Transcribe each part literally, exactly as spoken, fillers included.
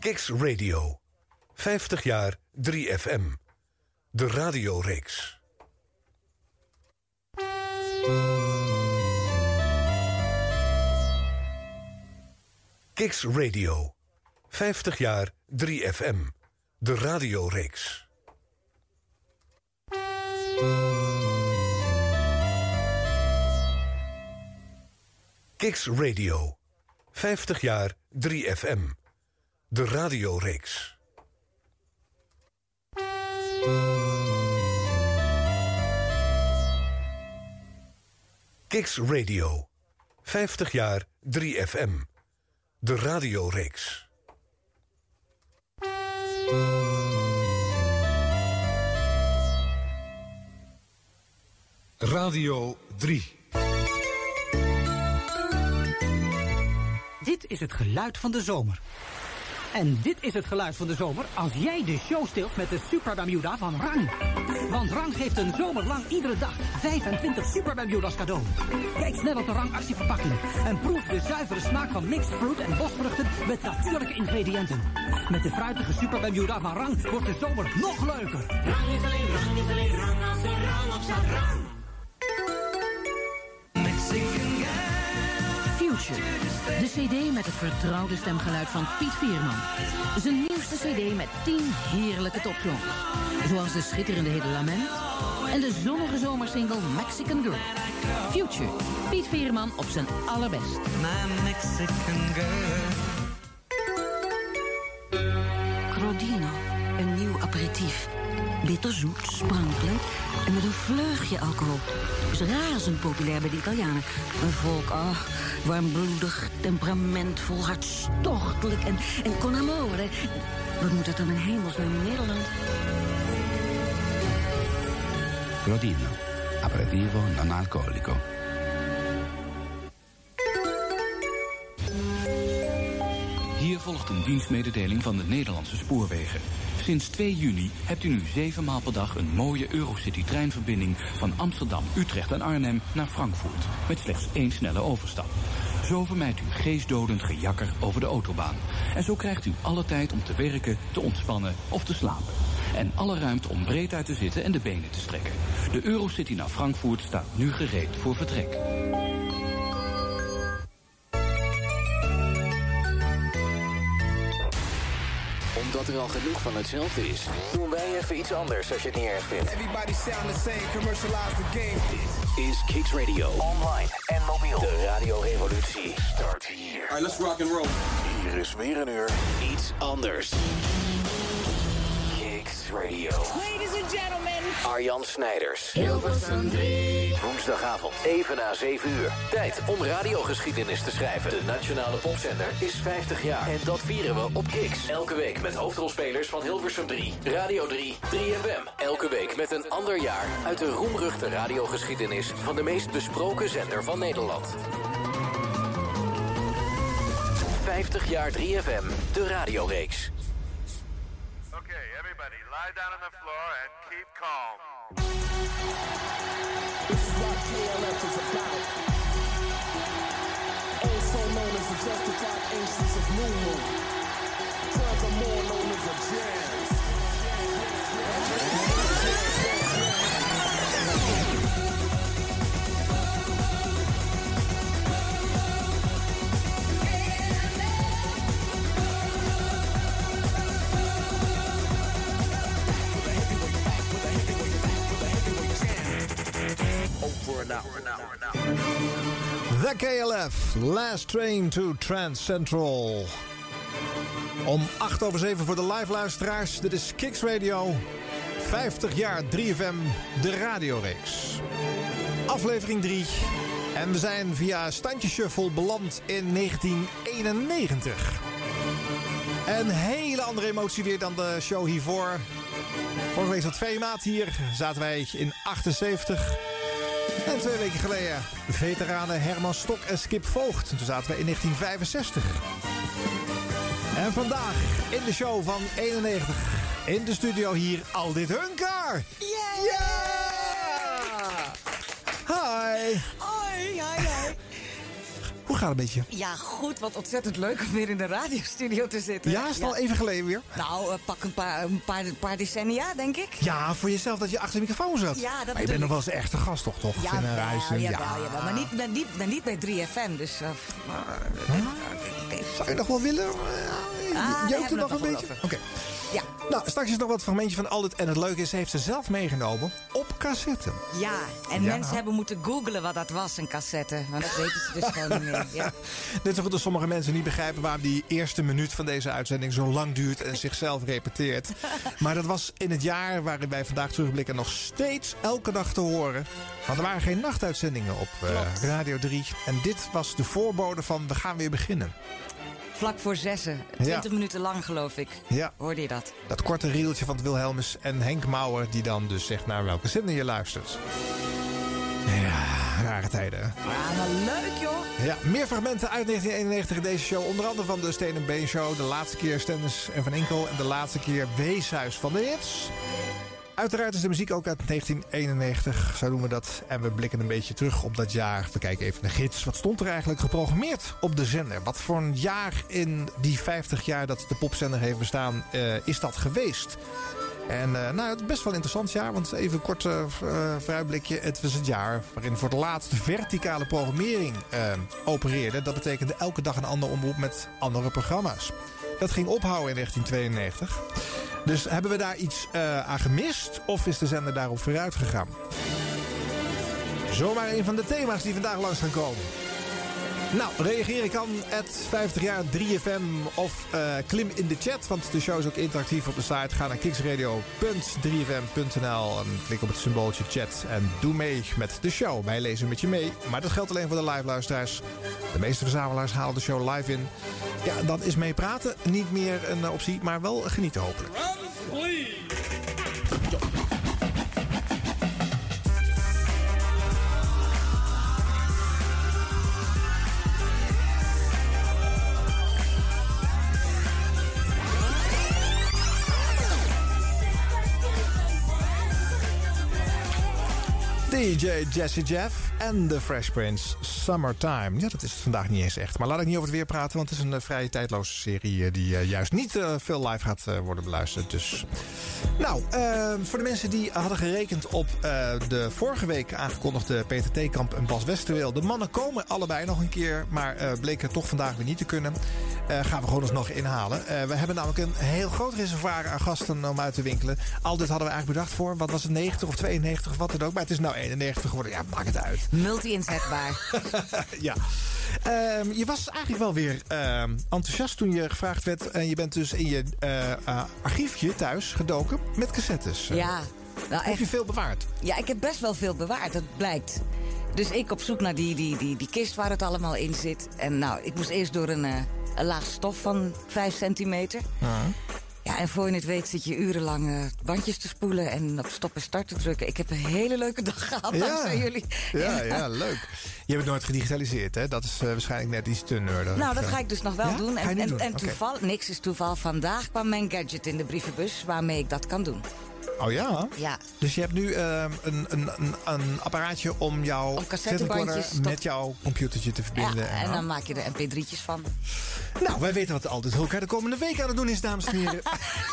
Kicks Radio. vijftig jaar drie F M. De radioreeks. Kicks Radio. vijftig jaar drie F M. De radioreeks. Kicks Radio. vijftig jaar drie F M. De radioreeks. Kicks Radio. vijftig jaar drie F M. De radioreeks. Radio drie. Dit is het geluid van de zomer. En dit is het geluid van de zomer als jij de show stilt met de Super Bermuda van Rang. Want Rang geeft een zomer lang iedere dag vijfentwintig Super Bermuda's cadeau. Kijk snel op de Rang actieverpakking en proef de zuivere smaak van mixed fruit en bosvruchten met natuurlijke ingrediënten. Met de fruitige Super Bermuda van Rang wordt de zomer nog leuker. Rang is alleen Rang, is alleen Rang als er Rang op staat. Rang. Mexican girl. Future. De cd met het vertrouwde stemgeluid van Piet Veerman. Zijn nieuwste cd met tien heerlijke topsongs. Zoals de schitterende hit Lament en de zonnige zomersingle Mexican Girl. Future. Piet Veerman op zijn allerbest. My Mexican girl. Crodino, een nieuw aperitief. Bitterzoet, sprankelend en met een vleugje alcohol. Is razend populair bij de Italianen. Een volk, ah, warmbloedig, temperamentvol, hartstochtelijk en, en con amore. Wat moet dat dan in hemelsnaam in Nederland? Crodino, aperitivo non alcolico. Hier volgt een dienstmededeling van de Nederlandse Spoorwegen. Sinds twee juni hebt u nu zeven maal per dag een mooie Eurocity-treinverbinding van Amsterdam, Utrecht en Arnhem naar Frankfurt. Met slechts één snelle overstap. Zo vermijdt u geestdodend gejakker over de autobaan. En zo krijgt u alle tijd om te werken, te ontspannen of te slapen. En alle ruimte om breed uit te zitten en de benen te strekken. De Eurocity naar Frankfurt staat nu gereed voor vertrek. Omdat er al genoeg van hetzelfde is, doen wij even iets anders als je het niet erg vindt. Everybody sound the same, commercialize the game. Dit is Kicks Radio. Online en mobiel. De radiorevolutie start hier. Alright, let's rock and roll. Hier is weer een uur iets anders. Kicks Radio. Ladies and gentlemen. Arjan Snijders. Hilversum drie. Woensdagavond, even na zeven uur. Tijd om radiogeschiedenis te schrijven. De nationale popzender is vijftig jaar. En dat vieren we op Kicks. Elke week met hoofdrolspelers van Hilversum drie. Radio drie, drie F M. Elke week met een ander jaar uit de roemruchte radiogeschiedenis van de meest besproken zender van Nederland. vijftig jaar drie F M, de radioreeks. Okay, everybody, lie down on the floor and keep calm. This is what K L F is about. Also known as the justified ancients of New Moon. Furthermore known as a jazz. The K L F, Last Train to Trans Central. Om acht over zeven voor de live luisteraars. Dit is Kicks Radio. vijftig jaar drie F M, de radioreeks. Aflevering drie. En we zijn via Standje Shuffle beland in negentien eenennegentig. Een hele andere emotie weer dan de show hiervoor. Vorige week zat Veemaat hier. Zaten wij in achtenzeventig. En twee weken geleden veteranen Herman Stok en Skip Voogd. Toen zaten we in negentien vijfenzestig. En vandaag in de show van eenennegentig. In de studio hier Aldit Hunker. Yeah! Yeah! Hi! Hoi, hi, hi. Hoe Hoe gaat het met je? Ja, goed. Wat ontzettend leuk om weer in de radiostudio te zitten. Ja, is het al even geleden weer? Nou, uh, pak een paar, een, paar, een paar decennia, denk ik. Ja, voor jezelf dat je achter de microfoon zat. Ja, dat maar je bent nog wel eens een echte gast, toch? toch? Ja, in een wel, huis, en, ja, ja. wel, ja, wel. Maar niet, maar niet, maar niet bij drie F M, dus... Uh, huh? Zou je nog wel willen? Ah, Jeukt het nog een beetje? Oké. Okay. Ja. Nou, straks is nog wat fragmentje van Aldit. En het leuke is, ze heeft ze zelf meegenomen op cassette. Ja, en ja. mensen hebben moeten googlen wat dat was, een cassette. Want dat weten ze dus gewoon niet meer. Ja. Net zo goed als sommige mensen niet begrijpen waarom die eerste minuut van deze uitzending zo lang duurt en zichzelf repeteert. Maar dat was in het jaar waarin wij vandaag terugblikken nog steeds elke dag te horen. Want er waren geen nachtuitzendingen op uh, Radio drie. En dit was de voorbode van we gaan weer beginnen. Vlak voor zessen. Twintig ja. minuten lang, geloof ik. Ja. Hoorde je dat? Dat korte rieltje van het Wilhelmus en Henk Mouwer, die dan dus zegt naar welke zender je luistert. Ja, rare tijden. Ja, maar leuk, joh. Ja, meer fragmenten uit negentien eenennegentig in deze show. Onder andere van de Steen en Been Show. De laatste keer Stennis en Van Inkel. En de laatste keer Weeshuis van de Hits. Uiteraard is de muziek ook uit negentien eenennegentig, zo doen we dat. En we blikken een beetje terug op dat jaar. We kijken even naar de gids. Wat stond er eigenlijk geprogrammeerd op de zender? Wat voor een jaar in die vijftig jaar dat de popzender heeft bestaan uh, is dat geweest? En uh, nou, het is best wel een interessant jaar, want even een kort uh, vooruitblikje. Het was het jaar waarin voor het laatst de verticale programmering uh, opereerde. Dat betekende elke dag een ander omroep met andere programma's. Dat ging ophouden in negentien tweeënnegentig. Dus hebben we daar iets uh, aan gemist of is de zender daarop vooruit gegaan? Zomaar een van de thema's die vandaag langs gaan komen. Nou, reageren kan at vijftig jaar drie F M of uh, klim in de chat. Want de show is ook interactief op de site. Ga naar kiksradio punt drie f m punt n l en klik op het symbooltje chat. En doe mee met de show. Wij lezen met je mee. Maar dat geldt alleen voor de live luisteraars. De meeste verzamelaars halen de show live in. Ja, dan is mee praten niet meer een optie, maar wel genieten hopelijk. D J Jesse Jeff en The Fresh Prince, Summertime. Ja, dat is het vandaag niet eens echt. Maar laat ik niet over het weer praten, want het is een uh, vrij tijdloze serie uh, die uh, juist niet uh, veel live gaat uh, worden beluisterd. Dus. Nou, uh, voor de mensen die hadden gerekend op uh, de vorige week aangekondigde Peter Theekamp en Bas Westerweel. De mannen komen allebei nog een keer, maar uh, bleken toch vandaag weer niet te kunnen. Uh, gaan we gewoon alsnog inhalen. Uh, we hebben namelijk een heel groot reservoir aan gasten om uit te winkelen. Al dit hadden we eigenlijk bedacht voor, wat was het, negentig of tweeënnegentig of wat dan ook. Maar het is nou eenennegentig geworden. Ja, maakt het uit. Multi-inzetbaar. Ja. Uh, je was eigenlijk wel weer uh, enthousiast toen je gevraagd werd. En je bent dus in je uh, uh, archiefje thuis gedoken met cassettes. Uh, ja. Nou, heb echt, je veel bewaard? Ja, ik heb best wel veel bewaard. Dat blijkt. Dus ik op zoek naar die, die, die, die kist waar het allemaal in zit. En nou, ik moest eerst door een, uh, een laag stof van vijf centimeter. Uh-huh. Ja, en voor je het weet zit je urenlang uh, bandjes te spoelen en op stop en start te drukken. Ik heb een hele leuke dag gehad, ja. dankzij jullie. Ja, ja, ja, leuk. Je hebt het nooit gedigitaliseerd, hè? Dat is uh, waarschijnlijk net iets te nerdig. Nou, dat ga ik dus nog wel ja? doen. En, en, doen? en okay. toeval, niks is toeval. Vandaag kwam mijn gadget in de brievenbus waarmee ik dat kan doen. Oh ja? Ja. Dus je hebt nu uh, een, een, een, een apparaatje om jouw cassettebandjes met tot... jouw computertje te verbinden. Ja, en, en dan maak je er M P drietjes van. Nou, wij weten wat Aldit Hulk de komende week aan het doen is, dames en heren.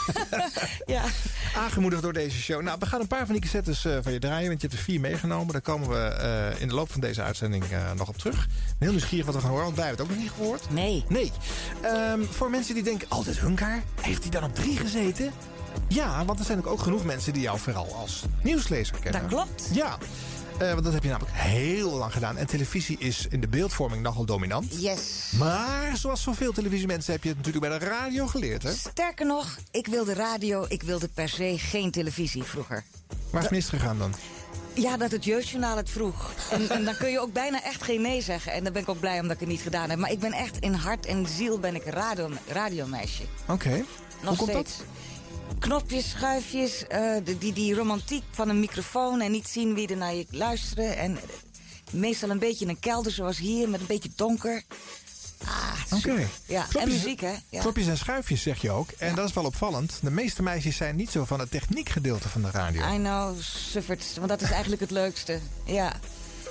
Ja. Aangemoedigd door deze show. Nou, we gaan een paar van die cassettes uh, van je draaien, want je hebt er vier meegenomen. Daar komen we uh, in de loop van deze uitzending uh, nog op terug. Heel nieuwsgierig wat we gaan horen, want wij hebben het ook nog niet gehoord. Nee. Nee. Um, voor mensen die denken, Aldit Hunkaar, heeft hij dan op drie gezeten? Ja, want er zijn ook genoeg mensen die jou vooral als nieuwslezer kennen. Dat klopt. Ja, uh, want dat heb je namelijk heel lang gedaan. En televisie is in de beeldvorming nogal dominant. Yes. Maar zoals zoveel televisiemensen heb je het natuurlijk bij de radio geleerd, hè? Sterker nog, ik wilde radio, ik wilde per se geen televisie vroeger. Waar is het misgegaan dan? Ja, dat het Jeugdjournaal het vroeg. En, en dan kun je ook bijna echt geen nee zeggen. En dan ben ik ook blij omdat ik het niet gedaan heb. Maar ik ben echt in hart en ziel ben ik een radio, radiomeisje. Oké. Okay. Hoe komt steeds. dat? Knopjes, schuifjes, uh, die, die romantiek van een microfoon en niet zien wie er naar je luisteren. En uh, meestal een beetje in een kelder zoals hier, met een beetje donker. Ah, Oké. Okay. Ja, en muziek, hè? Ja. Knopjes en schuifjes zeg je ook. En ja. Dat is wel opvallend. De meeste meisjes zijn niet zo van het techniekgedeelte van de radio. I know, suffert. Want dat is eigenlijk het leukste. Ja.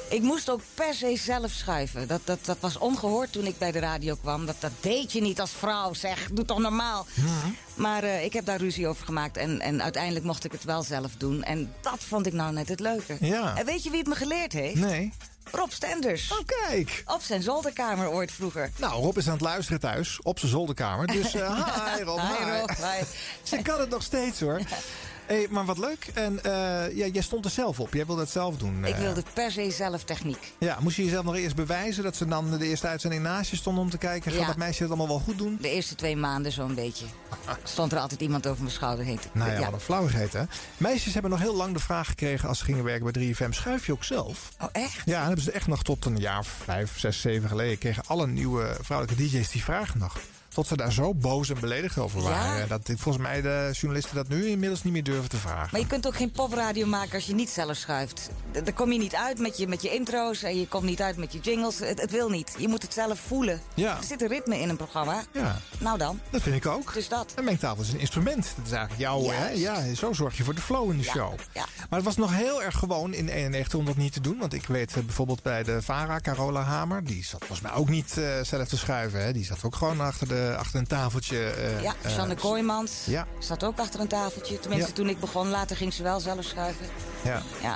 Ik moest ook per se zelf schuiven. Dat, dat, dat was ongehoord toen ik bij de radio kwam. Dat, dat deed je niet als vrouw, zeg. Doe toch normaal. Mm-hmm. Maar uh, ik heb daar ruzie over gemaakt. En, en uiteindelijk mocht ik het wel zelf doen. En dat vond ik nou net het leuke. Ja. En weet je wie het me geleerd heeft? Nee. Rob Stenders. Oh, kijk. Op zijn zolderkamer ooit vroeger. Nou, Rob is aan het luisteren thuis. Op zijn zolderkamer. Dus uh, hi Rob. Hi, hi. Rob. Hi. Ze kan het nog steeds hoor. Hey, maar wat leuk. En uh, ja, jij stond er zelf op. Jij wilde het zelf doen. Ik wilde per se zelf techniek. Ja, moest je jezelf nog eerst bewijzen dat ze dan de eerste uitzending naast je stonden om te kijken? Gaat ja. dat meisje het allemaal wel goed doen? De eerste twee maanden zo'n beetje. Stond er altijd iemand over mijn schouder heen. Nou ja, ja. Wat een flauwigheid hè. Meisjes hebben nog heel lang de vraag gekregen als ze gingen werken bij drie F M. Schuif je ook zelf? Oh echt? Ja, dan hebben ze echt nog tot een jaar vijf, zes, zeven geleden kregen alle nieuwe vrouwelijke D J's die vragen nog. Tot ze daar zo boos en beledigd over waren. Ja? Dat volgens mij de journalisten dat nu inmiddels niet meer durven te vragen. Maar je kunt ook geen popradio maken als je niet zelf schuift. Daar kom je niet uit met je, met je intro's en je komt niet uit met je jingles. Het, het wil niet. Je moet het zelf voelen. Ja. Er zit een ritme in een programma. Ja. Nou dan. Dat vind ik ook. Dus dat. Een mengtafel is een instrument. Dat is eigenlijk jouw... Hè? Ja, zo zorg je voor de flow in de ja. show. Ja. Maar het was nog heel erg gewoon in eenennegentig om dat niet te doen. Want ik weet uh, bijvoorbeeld bij de VARA, Carola Hamer. Die zat volgens mij ook niet uh, zelf te schuiven. Hè? Die zat ook gewoon achter, de, achter een tafeltje. Uh, ja, Sanne uh, Kooijmans ja. zat ook achter een tafeltje. Tenminste, ja. toen ik begon. Later ging ze wel zelf schuiven. Ja. ja.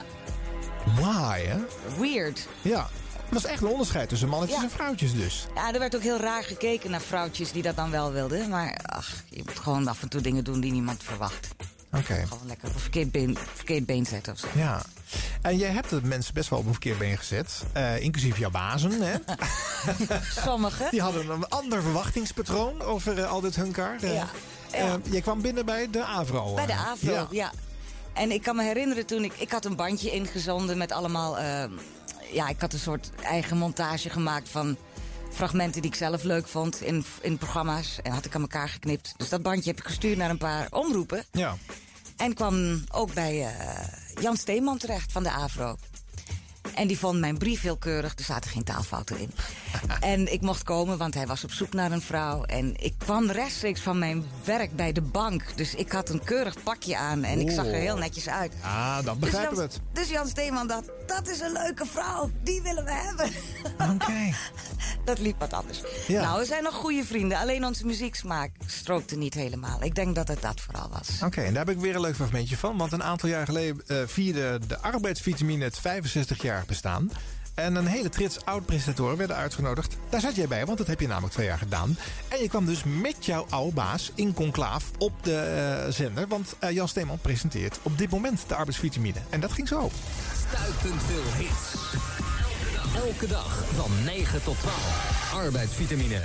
Why, hè? Weird. Ja. Het was echt een onderscheid tussen mannetjes ja. en vrouwtjes dus. Ja, er werd ook heel raar gekeken naar vrouwtjes die dat dan wel wilden. Maar ach, je moet gewoon af en toe dingen doen die niemand verwacht. Oké. Okay. Gewoon lekker op een verkeerd been, verkeerd been zetten of zo. Ja. En jij hebt de mensen best wel op een verkeerd been gezet. Uh, inclusief jouw bazen, hè? Sommigen. Die hadden een ander verwachtingspatroon over uh, al dit hunkar. Uh, ja. ja. Uh, jij kwam binnen bij de AVRO. Bij de AVRO, ja. ja. En ik kan me herinneren toen ik... Ik had een bandje ingezonden met allemaal... Uh, ja, ik had een soort eigen montage gemaakt van fragmenten die ik zelf leuk vond in, in programma's. En had ik aan elkaar geknipt. Dus dat bandje heb ik gestuurd naar een paar omroepen. Ja. En kwam ook bij uh, Jan Steeman terecht van de AVRO. En die vond mijn brief heel keurig. Er zaten geen taalfouten in. En ik mocht komen, want hij was op zoek naar een vrouw. En ik kwam rechtstreeks van mijn werk bij de bank. Dus ik had een keurig pakje aan. En ik zag er heel netjes uit. Ja, dat begrijpen we dus het. Dus Jan Steeman dacht, dat is een leuke vrouw. Die willen we hebben. Oké. Okay. Dat liep wat anders. Ja. Nou, we zijn nog goede vrienden. Alleen onze muzieksmaak strookte niet helemaal. Ik denk dat het dat vooral was. Oké, okay, en daar heb ik weer een leuk fragmentje van. Want een aantal jaar geleden uh, vierde de arbeidsvitamine het vijfenzestig jaar bestaan. En een hele trits oud-presentatoren werden uitgenodigd. Daar zat jij bij, want dat heb je namelijk twee jaar gedaan. En je kwam dus met jouw oude baas in conclaaf op de uh, zender. Want uh, Jan Steeman presenteert op dit moment de arbeidsvitamine. En dat ging zo. Stuitend veel hits. Elke dag van negen tot twaalf. Arbeidsvitamine.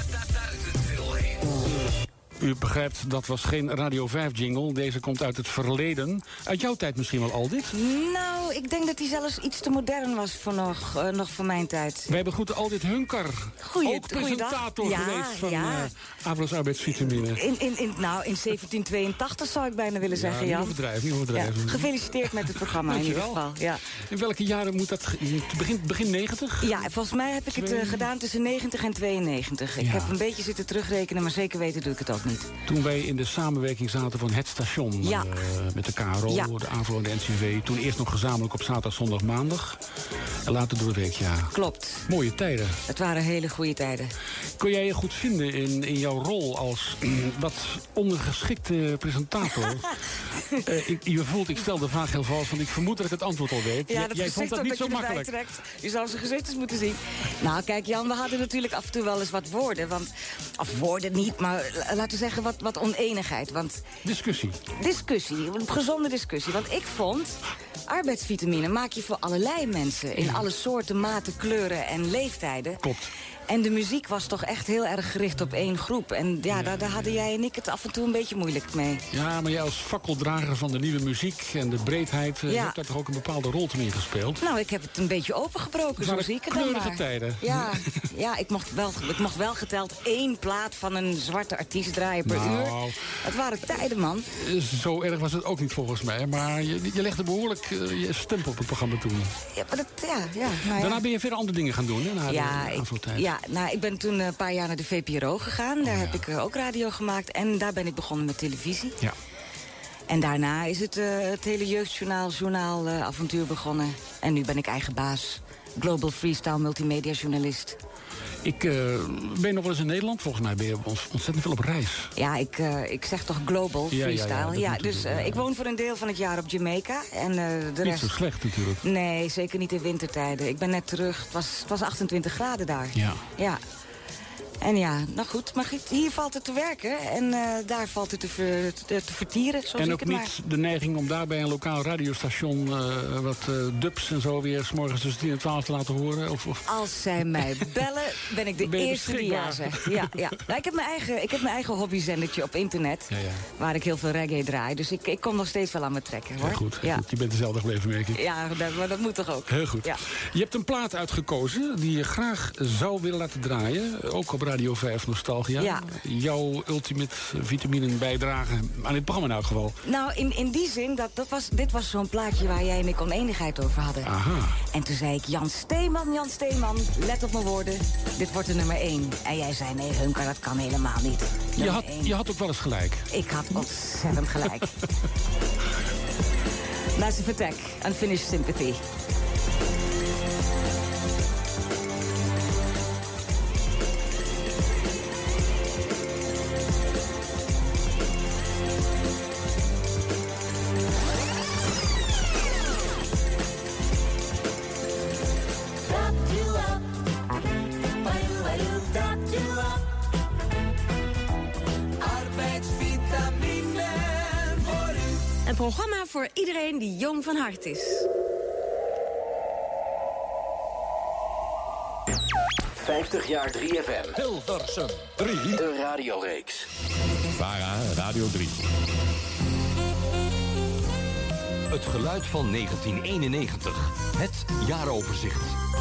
U begrijpt, dat was geen Radio vijf jingle. Deze komt uit het verleden. Uit jouw tijd misschien wel, Aldit? Nou, ik denk dat hij zelfs iets te modern was voor nog, uh, nog voor mijn tijd. Wij hebben goed Aldit Hunkar. Goeie, ook presentator ja, geweest van ja. uh, Avro's arbeidsvitamine. In, in, in, nou, in zeventien tweeëntachtig zou ik bijna willen zeggen, ja, Jan. Niet overdrijven, niet overdrijven. Ja, gefeliciteerd met het programma in ieder geval. Ja. In welke jaren moet dat? Begin, begin negentig? Ja, volgens mij heb ik het uh, gedaan tussen negentig en tweeënnegentig. Ik ja. heb een beetje zitten terugrekenen, maar zeker weten doe ik het ook niet. Toen wij in de samenwerking zaten van Het Station. Ja. Uh, met de K R O, ja. de AVRO en de N C V. Toen eerst nog gezamenlijk op zaterdag, zondag, maandag. En later door de week, ja. Klopt. Mooie tijden. Het waren hele goede tijden. Kon jij je goed vinden in, in jouw rol als wat ondergeschikte presentator? uh, ik, je voelt, ik stel de vraag heel vals, want ik vermoed dat ik het antwoord al weet. Ja, dat jij vond dat niet zo makkelijk. Trekt. Je zou zijn gezicht eens moeten zien. Nou, kijk Jan, we hadden natuurlijk af en toe wel eens wat woorden. Want, of woorden niet, maar laten we zeggen wat, wat oneenigheid. Want, discussie. Discussie, een gezonde discussie. Want ik vond, arbeidsvitamine maak je voor allerlei mensen. In alle soorten, maten, kleuren en leeftijden. Klopt. En de muziek was toch echt heel erg gericht op één groep. En ja, ja. Daar, daar hadden jij en ik het af en toe een beetje moeilijk mee. Ja, maar jij als fakkeldrager van de nieuwe muziek en de breedheid... Ja. Je hebt daar toch ook een bepaalde rol mee gespeeld? Nou, ik heb het een beetje opengebroken, zo zie ik het dan maar. Kleurige tijden. Ja, ja ik, mocht wel, ik mocht wel geteld één plaat van een zwarte artiest draaien per nou, uur. Het waren tijden, man. Zo erg was het ook niet volgens mij. Maar je, je legde behoorlijk uh, je stempel op het programma toen. Ja, maar dat, ja, ja, nou ja. Daarna ben je verder andere dingen gaan doen, hè? Na ja, de AVRO-tijd. Ja, nou, ik ben toen een paar jaar naar de V P R O gegaan. Daar oh, ja. heb ik uh, ook radio gemaakt. En daar ben ik begonnen met televisie. Ja. En daarna is het, uh, het hele jeugdjournaal, journaal uh, avontuur begonnen. En nu ben ik eigen baas. global freestyle multimedia journalist. Ik uh, ben nog wel eens in Nederland. Volgens mij ben je ontzettend veel op reis. Ja, ik, uh, ik zeg toch global freestyle. Ja, ja, ja, ja dus uh, ik woon voor een deel van het jaar op Jamaica. En, uh, de niet rest... zo slecht natuurlijk. Nee, zeker niet in wintertijden. Ik ben net terug. Het was, het was achtentwintig graden daar. Ja. Ja. En ja, nou goed, maar hier valt het te werken en uh, daar valt het te, ver, te, te vertieren, zoals en ik het ook maar. niet de neiging om daar bij een lokaal radiostation uh, wat uh, dubs en zo weer 's morgens tussen tien en twaalf te laten horen? Of, of... Als zij mij bellen, ben ik de ben eerste die ja zegt. Ja, ja. Nou, ik heb mijn eigen, ik heb mijn eigen hobbyzendertje op internet, ja, ja. waar ik heel veel reggae draai. Dus ik, ik kom nog steeds wel aan me trekken, hoor. Heel goed, heel ja. goed. Je bent dezelfde gebleven, merk ik. Ja, dat, maar dat moet toch ook. Heel goed. Ja. Je hebt een plaat uitgekozen die je graag zou willen laten draaien. Ook op Radio vijf Nostalgia. Ja. Jouw ultimate vitamine bijdrage aan dit programma in elk geval. Nou, in, in die zin, dat, dat was, dit was zo'n plaatje waar jij en ik oneenigheid over hadden. Aha. En toen zei ik, Jan Steeman, Jan Steeman, let op mijn woorden. Dit wordt de nummer één. En jij zei, nee Hunker, dat kan helemaal niet. Je had, je had ook wel eens gelijk. Ik had ontzettend gelijk. Massive Attack, Unfinished Sympathy. Een programma voor iedereen die jong van hart is. vijftig jaar drie F M. Hilversum drie. De radioreeks. VARA Radio drie. Het geluid van negentien eenennegentig. Het jaaroverzicht.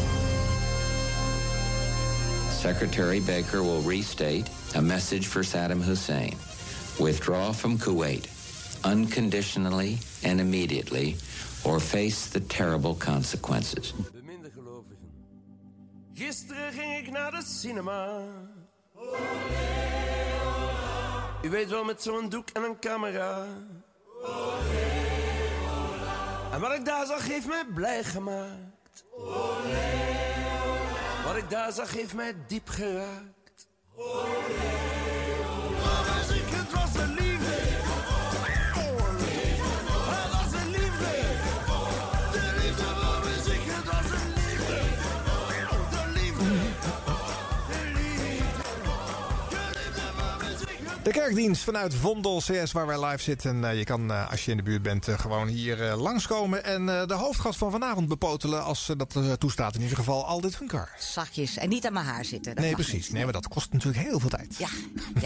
Secretary Baker will restate a message for Saddam Hussein. Withdraw from Kuwait. Unconditionally and immediately, or face the terrible consequences. Beminde gelovigen. Gisteren ging ik naar de cinema. U weet wel, met zo'n doek en een camera. En wat ik daar zag heeft mij blij gemaakt. Wat ik daar zag heeft mij diep geraakt. Maar als ik het was de liefde. De kerkdienst vanuit Vondel C S, waar wij live zitten. Uh, je kan, uh, als je in de buurt bent, uh, gewoon hier uh, langskomen. En uh, de hoofdgast van vanavond bepotelen, als uh, dat uh, toestaat. In ieder geval Aldit Hunker. Zachtjes. En niet aan mijn haar zitten. Dat nee, precies. Nee, maar dat kost natuurlijk heel veel tijd. Ja. ja.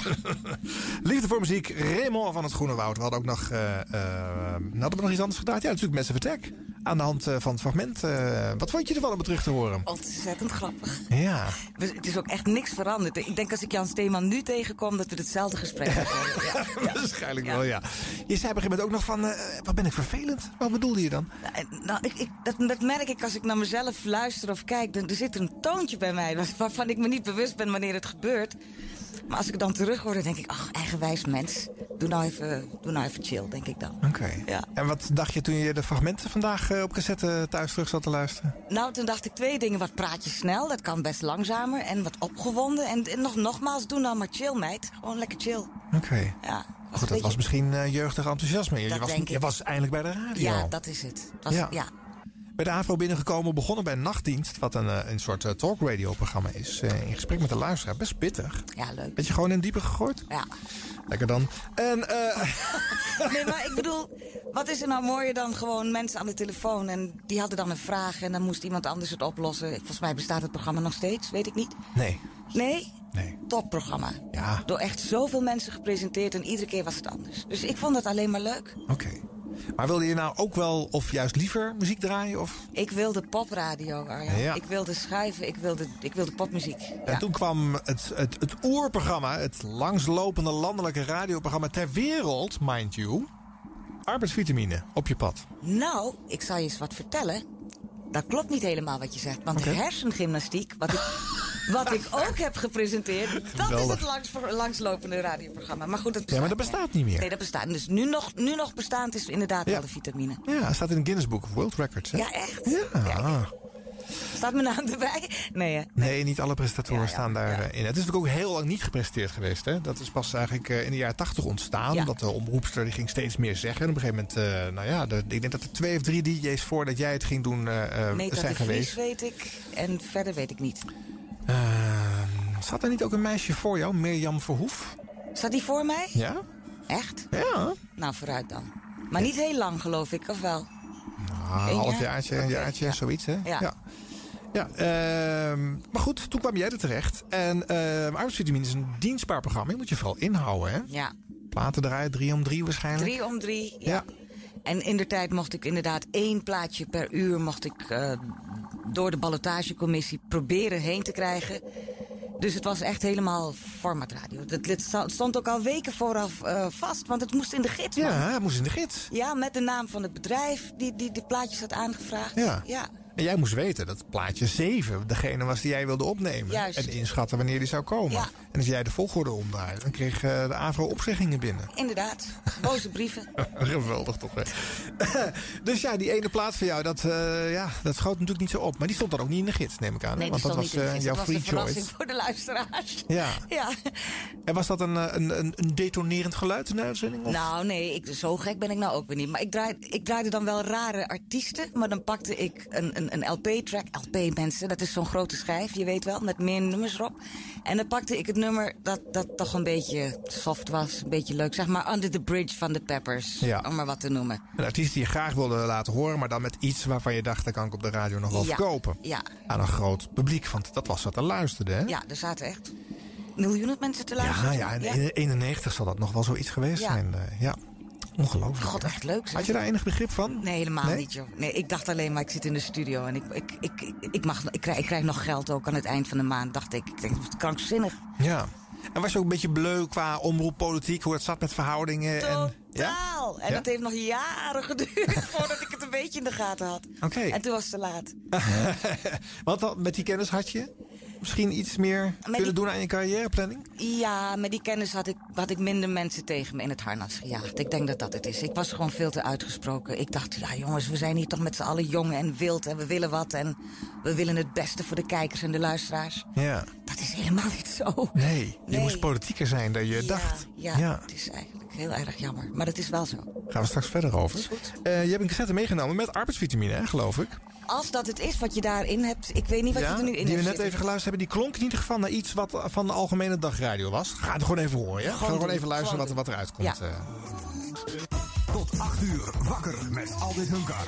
Liefde voor muziek. Raymond van het Groene Woud. We hadden ook nog... Uh, uh, hadden we nog iets anders gedaan? Ja, natuurlijk Massive Attack. Aan de hand uh, van het fragment. Uh, wat vond je ervan om het terug te horen? Ontzettend grappig. Ja. Het is ook echt niks veranderd. Ik denk als ik Jan Steeman nu tegenkom, dat we hetzelfde gesprek hebben. Ja, ja. Waarschijnlijk ja. wel, ja. Je zei op een gegeven moment ook nog van... Uh, wat ben ik vervelend? Wat bedoelde je dan? Nou, nou ik, ik, dat, dat merk ik als ik naar mezelf luister of kijk. Dan, er zit een toontje bij mij waarvan ik me niet bewust ben wanneer het gebeurt. Maar als ik dan terug hoor, dan denk ik... ach, eigenwijs mens. Doe nou even, doe nou even chill, denk ik dan. Oké. Okay. Ja. En wat dacht je toen je de fragmenten vandaag uh, op cassette thuis terug zat te luisteren? Nou, toen dacht ik twee dingen. Wat praat je snel, dat kan best langzamer. En wat opgewonden. En, en nog, nogmaals, doe nou maar chill, meid. Gewoon lekker chill. Oké. Okay. Ja. Goed, dat beetje... was misschien uh, jeugdig enthousiasme. Je, dat was, denk je ik. was eindelijk bij de radio. Ja, dat is het. het was, ja. ja. Bij de AVRO binnengekomen, begonnen bij Nachtdienst... wat een, een soort uh, talkradio-programma is. Uh, in gesprek met de luisteraar. Best pittig. Ja, leuk. Beetje gewoon in diepe gegooid? Ja. Lekker dan. En, uh... nee, maar ik bedoel... wat is er nou mooier dan gewoon mensen aan de telefoon... en die hadden dan een vraag en dan moest iemand anders het oplossen. Volgens mij bestaat het programma nog steeds, weet ik niet. Nee. Nee? Nee. Topprogramma. Ja. Door echt zoveel mensen gepresenteerd en iedere keer was het anders. Dus ik vond het alleen maar leuk. Oké. Okay. Maar wilde je nou ook wel, of juist liever muziek draaien? Of? Ik wilde popradio, Arjan. Ja. Ik wilde schrijven, ik wilde, ik wilde popmuziek. En ja. toen kwam het, het, het oerprogramma, het langslopende landelijke radioprogramma ter wereld, mind you. Arbeidsvitamine, op je pad. Nou, ik zal je eens wat vertellen. Dat klopt niet helemaal wat je zegt. Want okay. hersengymnastiek, wat ik, wat ik ook heb gepresenteerd... dat Geweldig. is het langs, langslopende radioprogramma. Maar goed, dat ja, maar dat bestaat niet meer. Nee, dat bestaat. Dus nu nog, nu nog bestaand is inderdaad ja. wel de vitamine. Ja, het staat in het Guinness Book of World Records. Hè? Ja, echt? Ja. ja. Staat mijn naam erbij? Nee, hè? Nee, niet alle presentatoren Ja, ja, staan daarin. ja. Het is natuurlijk ook heel lang niet gepresenteerd geweest. Hè? Dat is pas eigenlijk uh, in de jaren tachtig ontstaan. Ja. Dat de omroepster die ging steeds meer zeggen. En op een gegeven moment, uh, nou ja, de, ik denk dat er twee of drie D J's voordat jij het ging doen uh, Meta zijn de geweest. Vries weet ik. En verder weet ik niet. Uh, zat er niet ook een meisje voor jou, Mirjam Verhoef? Zat die voor mij? Ja. Echt? Ja. Nou, vooruit dan. Maar niet heel lang, geloof ik, of wel? Nou, een half jaar? jaartje, een Okay, jaartje, ja. zoiets, hè? Ja. ja. Ja, uh, maar goed, toen kwam jij er terecht. En uh, arbeidsvitamine is een dienstbaar programma. Je moet je vooral inhouden, hè? Ja. Platen draaien, drie om drie waarschijnlijk. Drie om drie, ja. Ja. En in de tijd mocht ik inderdaad één plaatje per uur... mocht ik uh, door de ballotagecommissie proberen heen te krijgen. Dus het was echt helemaal formatradio. Het stond ook al weken vooraf uh, vast, want het moest in de gids. Man. Ja, het moest in de gids. Ja, met de naam van het bedrijf die die, die plaatjes had aangevraagd. Ja. ja. En jij moest weten dat plaatje zeven degene was die jij wilde opnemen. Juist. En inschatten wanneer die zou komen. Ja. En als jij de volgorde omdraaide, dan kreeg uh, de AVRO opzeggingen binnen. Inderdaad, boze brieven. Geweldig toch, hè? Dus ja, die ene plaat van jou, dat, uh, ja, dat schoot natuurlijk niet zo op. Maar die stond dan ook niet in de gids, neem ik aan. Nee, Want die dat stond was niet in de gids. uh, jouw Dat free was een verrassing choice. voor de luisteraars. Ja. ja. En was dat een, een, een, een detonerend geluid in de uitzending? Of? Nou, nee, ik, zo gek ben ik nou ook weer niet. Maar ik, draai, ik draaide dan wel rare artiesten. Maar dan pakte ik een, een, een L P-track. L P, mensen, dat is zo'n grote schijf, je weet wel, met meer nummers erop. En dan pakte ik het nummer dat, dat toch een beetje soft was. Een beetje leuk, zeg maar Under the Bridge van de Peppers. Ja. Om maar wat te noemen. Een artiest die je graag wilde laten horen, maar dan met iets waarvan je dacht, dat kan ik op de radio nog wel Ja. verkopen. Ja. Aan een groot publiek, want dat was wat er luisterde, hè? Ja, er zaten echt miljoenen mensen te luisteren. Ja, ja, in eenennegentig zal dat nog wel zoiets geweest Ja. zijn. Uh, ja, ongelooflijk. God, echt leuk. Zeg. Had je daar enig begrip van? Nee, helemaal Nee? niet, joh. Nee, ik dacht alleen maar, ik zit in de studio en ik, ik, ik, ik, ik, mag, ik, krijg, ik krijg nog geld ook aan het eind van de maand. Dacht ik, ik denk, dat is krankzinnig. Ja. En was je ook een beetje bleu qua omroeppolitiek, hoe het zat met verhoudingen? En, ja? Totaal. En Ja? dat heeft nog jaren geduurd voordat ik het een beetje in de gaten had. Oké. En toen was het te laat. Wat dan, met die kennis had je misschien iets meer kunnen die- doen aan je carrièreplanning? Ja, met die kennis had ik, had ik minder mensen tegen me in het harnas gejaagd. Ik denk dat dat het is. Ik was gewoon veel te uitgesproken. Ik dacht, ja jongens, we zijn hier toch met z'n allen jong en wild en we willen wat. En we willen het beste voor de kijkers en de luisteraars. Ja. Dat is helemaal niet zo. Nee, je Nee. moest politieker zijn dan je Ja, dacht. Ja, Ja. het is eigenlijk heel erg jammer. Maar dat is wel zo. Gaan we straks verder over. Is goed. Uh, je hebt een cassette meegenomen met arbeidsvitamine, hè, geloof ik. Als dat het is wat je daarin hebt, ik weet niet wat Ja, je er nu in die hebt we net zitten. even geluisterd hebben, die klonk in ieder geval naar iets wat van de algemene dagradio was. Ga het gewoon even horen, ja? Ga gewoon doen, even luisteren wat, gewoon wat eruit komt. Ja. eh. Tot acht uur wakker met Aldis Hunkar.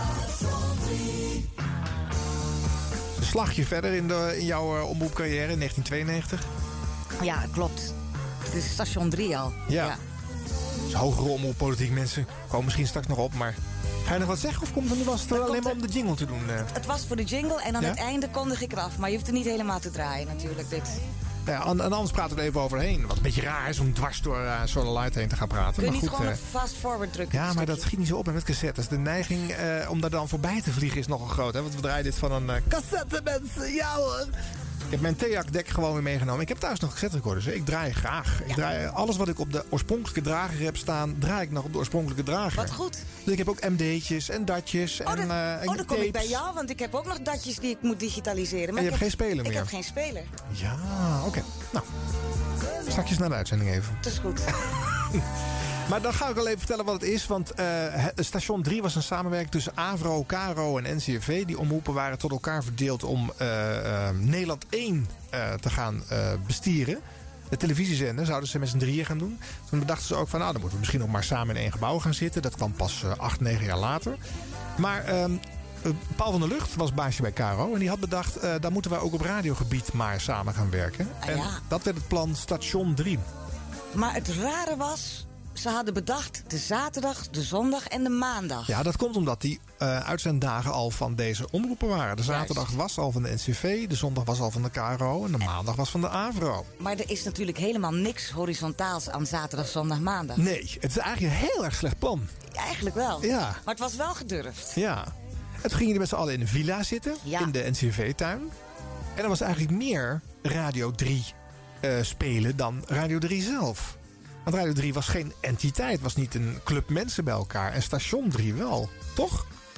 Een slagje verder in, de, in jouw uh, omroepcarrière in negentien tweeënnegentig. Ja, klopt. Het is station drie al. Ja. Dus hogere omroeppolitiek, mensen. Komen misschien straks nog op, maar... Ga je nog wat zeggen of komt het, was het er alleen maar om de jingle te doen? Uh? Het was voor de jingle en aan Ja? het einde kondig ik eraf. Maar je hoeft er niet helemaal te draaien natuurlijk, dit. Nou ja, en en anders praten we er even overheen. Wat een beetje raar is om dwars door uh, Solar Light heen te gaan praten. Kun je maar niet goed, gewoon uh, op fast forward drukken? ja, maar dat schiet niet zo op met cassettes. De neiging uh, om daar dan voorbij te vliegen is nogal groot. Hè? Want we draaien dit van een uh, cassette, mensen. Ja hoor. Ik heb mijn Theak-deck gewoon weer meegenomen. Ik heb thuis nog cassette recorders. Hè? Ik draai graag. Ik draai, alles wat ik op de oorspronkelijke drager heb staan, draai ik nog op de oorspronkelijke drager. Wat goed. Dus ik heb ook M D'tjes en datjes. Oh, en, dan, uh, en oh, dan kom ik bij tapes. jou, want ik heb ook nog datjes die ik moet digitaliseren. Maar En je ik hebt heb, geen speler Ik meer? heb geen speler. Ja, oké. Okay. Nou, straks naar de uitzending even. Dat is goed. Maar dan ga ik al even vertellen wat het is. Want uh, station drie was een samenwerking tussen AVRO, KRO en N C R V. Die omroepen waren tot elkaar verdeeld om uh, uh, Nederland één uh, te gaan uh, bestieren. De televisiezender zouden ze met z'n drieën gaan doen. Toen bedachten ze ook van, nou, dan moeten we misschien nog maar samen in één gebouw gaan zitten. Dat kwam pas uh, acht, negen jaar later. Maar uh, Paul van der Lucht was baasje bij KRO. En die had bedacht, uh, daar moeten wij ook op radiogebied maar samen gaan werken. Ah, en ja. dat werd het plan Station drie. Maar het rare was, ze hadden bedacht de zaterdag, de zondag en de maandag. Ja, dat komt omdat die uh, uitzenddagen al van deze omroepen waren. De zaterdag Juist. was al van de N C R V, de zondag was al van de K R O en de maandag was van de AVRO. Maar er is natuurlijk helemaal niks horizontaals aan zaterdag, zondag, maandag. Nee, het is eigenlijk een heel erg slecht plan. Eigenlijk wel. Ja. Maar het was wel gedurfd. Ja. En toen gingen jullie met z'n allen in een villa zitten, Ja. in de N C R V-tuin. En er was eigenlijk meer Radio drie uh, spelen dan Radio drie zelf. Want Radio drie was geen entiteit, was niet een club mensen bij elkaar. En Station drie wel, toch?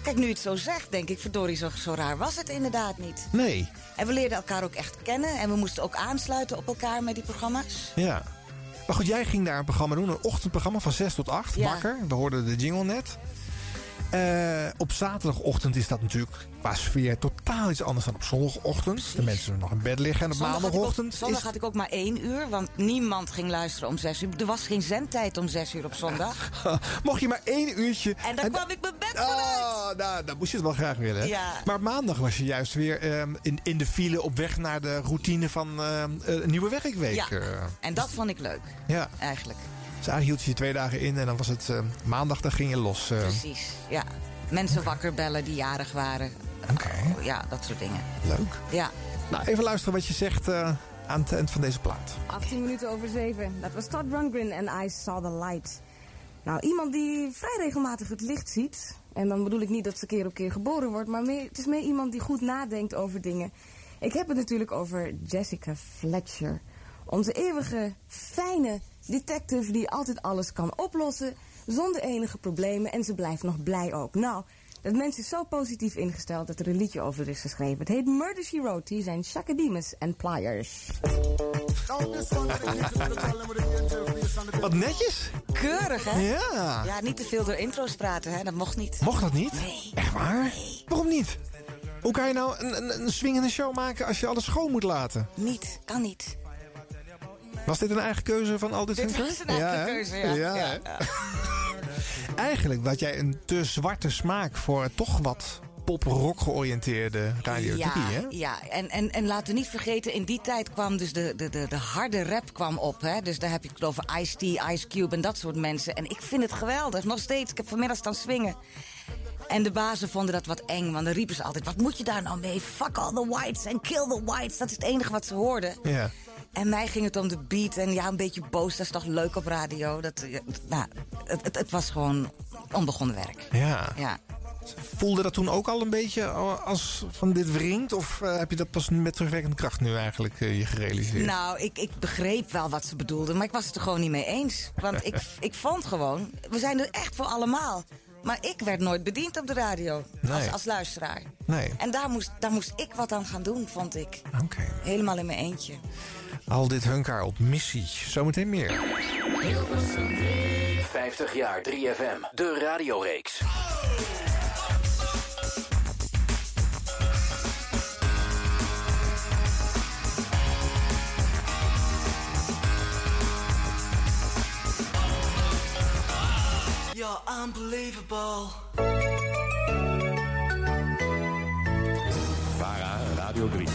Kijk, nu je het zo zegt, denk ik, verdorie, zo, zo raar was het inderdaad niet. Nee. En we leerden elkaar ook echt kennen. En we moesten ook aansluiten op elkaar met die programma's. Ja. Maar goed, jij ging daar een programma doen. Een ochtendprogramma van zes tot acht. Ja. Wakker. We hoorden de jingle net. Uh, op zaterdagochtend is dat natuurlijk qua sfeer totaal iets anders dan op zondagochtend. De mensen nog in bed liggen. En op Zondag maandagochtend... Had ook, zondag is... had ik ook maar één uur, want niemand ging luisteren om zes uur. Er was geen zendtijd om zes uur op zondag. Mocht je maar één uurtje... En daar en kwam ik mijn bed vanuit. Oh, nou, dan moest je het wel graag willen. Ja. Maar op maandag was je juist weer uh, in, in de file op weg naar de routine van uh, een nieuwe werkweek. Ja, en dat vond ik leuk. Ja. Eigenlijk. Dus eigenlijk hield je je twee dagen in en dan was het uh, maandag, dan ging je los. Uh. Precies, ja. Mensen wakker bellen die jarig waren. Oké. Okay. Oh, ja, dat soort dingen. Leuk. Ja. Nou, even luisteren wat je zegt uh, aan het eind van deze plaat. achttien minuten over zeven. Dat was Todd Rundgren en I Saw the Light. Nou, iemand die vrij regelmatig het licht ziet. En dan bedoel ik niet dat ze keer op keer geboren wordt. Maar meer, het is meer iemand die goed nadenkt over dingen. Ik heb het natuurlijk over Jessica Fletcher. Onze eeuwige, fijne detective die altijd alles kan oplossen zonder enige problemen. En ze blijft nog blij ook. Nou, dat mens is zo positief ingesteld dat er een liedje over is geschreven. Het heet Murder, She Wrote. Hier zijn Shakademus en Pliers. Wat netjes. Keurig, hè? Ja. Ja, niet te veel door intro's praten, hè? Dat mocht niet. Mocht dat niet? Nee. Echt waar? Nee. Waarom niet? Hoe kan je nou een, een, een swingende show maken als je alles schoon moet laten? Niet, kan niet. Was dit een eigen keuze van Aldis Dit Hunker? was een eigen ja, keuze, ja. ja, ja, ja. Eigenlijk had jij een te zwarte smaak voor toch wat pop-rock georiënteerde Radio ja, drie, hè? Ja, en, en, en laten we niet vergeten, in die tijd kwam dus de, de, de, de harde rap kwam op. Hè? Dus daar heb je het over Ice-T, Ice Cube en dat soort mensen. En ik vind het geweldig, nog steeds. Ik heb vanmiddag staan swingen. En de bazen vonden dat wat eng, want dan riepen ze altijd... wat moet je daar nou mee? Fuck all the whites and kill the whites. Dat is het enige wat ze hoorden. Ja. En mij ging het om de beat en ja, een beetje boos. Dat is toch leuk op radio? Dat, nou, het, het, het was gewoon onbegonnen werk. Ja. ja. Voelde dat toen ook al een beetje als van dit wringt? Of uh, heb je dat pas met terugwerkende kracht nu eigenlijk uh, je gerealiseerd? Nou, ik, ik begreep wel wat ze bedoelden, maar ik was het er gewoon niet mee eens. Want ik, ik vond gewoon, we zijn er echt voor allemaal. Maar ik werd nooit bediend op de radio, nee. als, als luisteraar. Nee. En daar moest, daar moest ik wat aan gaan doen, vond ik. Oké. Okay. Helemaal in mijn eentje. Aldis Hunker op missie. Zometeen meer. vijftig jaar drie F M, de radioreeks. You're unbelievable. VARA Radio drie.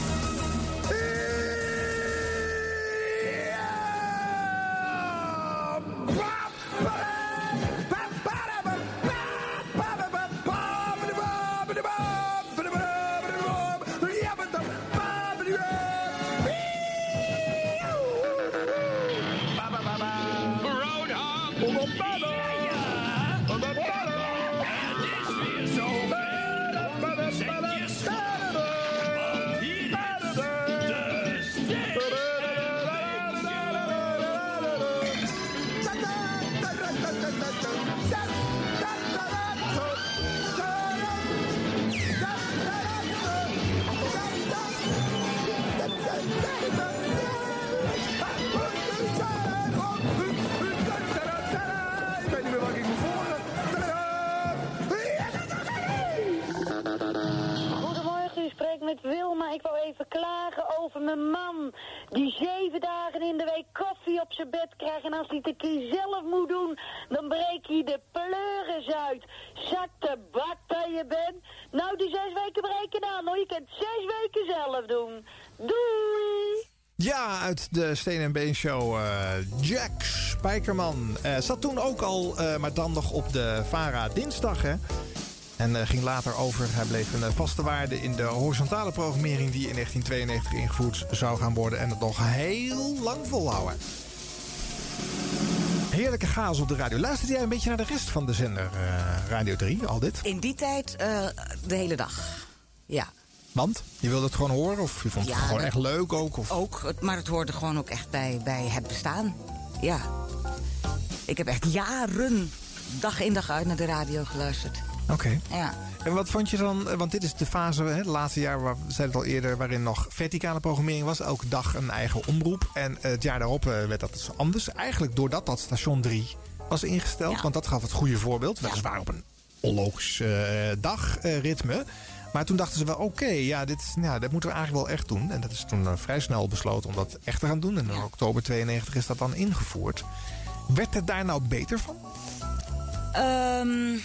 Met Wilma, ik wou even klagen over mijn man. Die zeven dagen in de week koffie op zijn bed krijgt. En als hij het een keer zelf moet doen, dan breekt hij de pleuris uit. Zak de bak dat je bent. Nou, die zes weken breken aan hoor. Je kunt zes weken zelf doen. Doei! Ja, uit de Steen en Been Show. Uh, Jack Spijkerman. Uh, zat toen ook al, uh, maar dan nog op de VARA dinsdag, hè? En uh, ging later over. Hij bleef een uh, vaste waarde in de horizontale programmering die in negentien tweeënnegentig ingevoerd zou gaan worden. En het nog heel lang volhouden. Heerlijke chaos op de radio. Luisterde jij een beetje naar de rest van de zender uh, Radio drie, al dit? In die tijd uh, de hele dag, ja. Want? Je wilde het gewoon horen? Of je vond het ja, gewoon dat, echt leuk ook? Of? Ook, maar het hoorde gewoon ook echt bij, bij het bestaan. Ja. Ik heb echt jaren, dag in dag uit, naar de radio geluisterd. Oké. Okay. Ja. En wat vond je dan, want dit is de fase, hè, het laatste jaar, waar, we zeiden het al eerder, waarin nog verticale programmering was. Elke dag een eigen omroep. En het jaar daarop uh, werd dat dus anders. Eigenlijk doordat dat station drie was ingesteld. Ja. Want dat gaf het goede voorbeeld. Weliswaar ja. op een onlogisch uh, dagritme. Uh, maar toen dachten ze wel, oké, okay, ja, dit, ja, dat moeten we eigenlijk wel echt doen. En dat is toen uh, vrij snel besloten om dat echt te gaan doen. En in ja. oktober tweeënnegentig is dat dan ingevoerd. Werd het daar nou beter van? Um,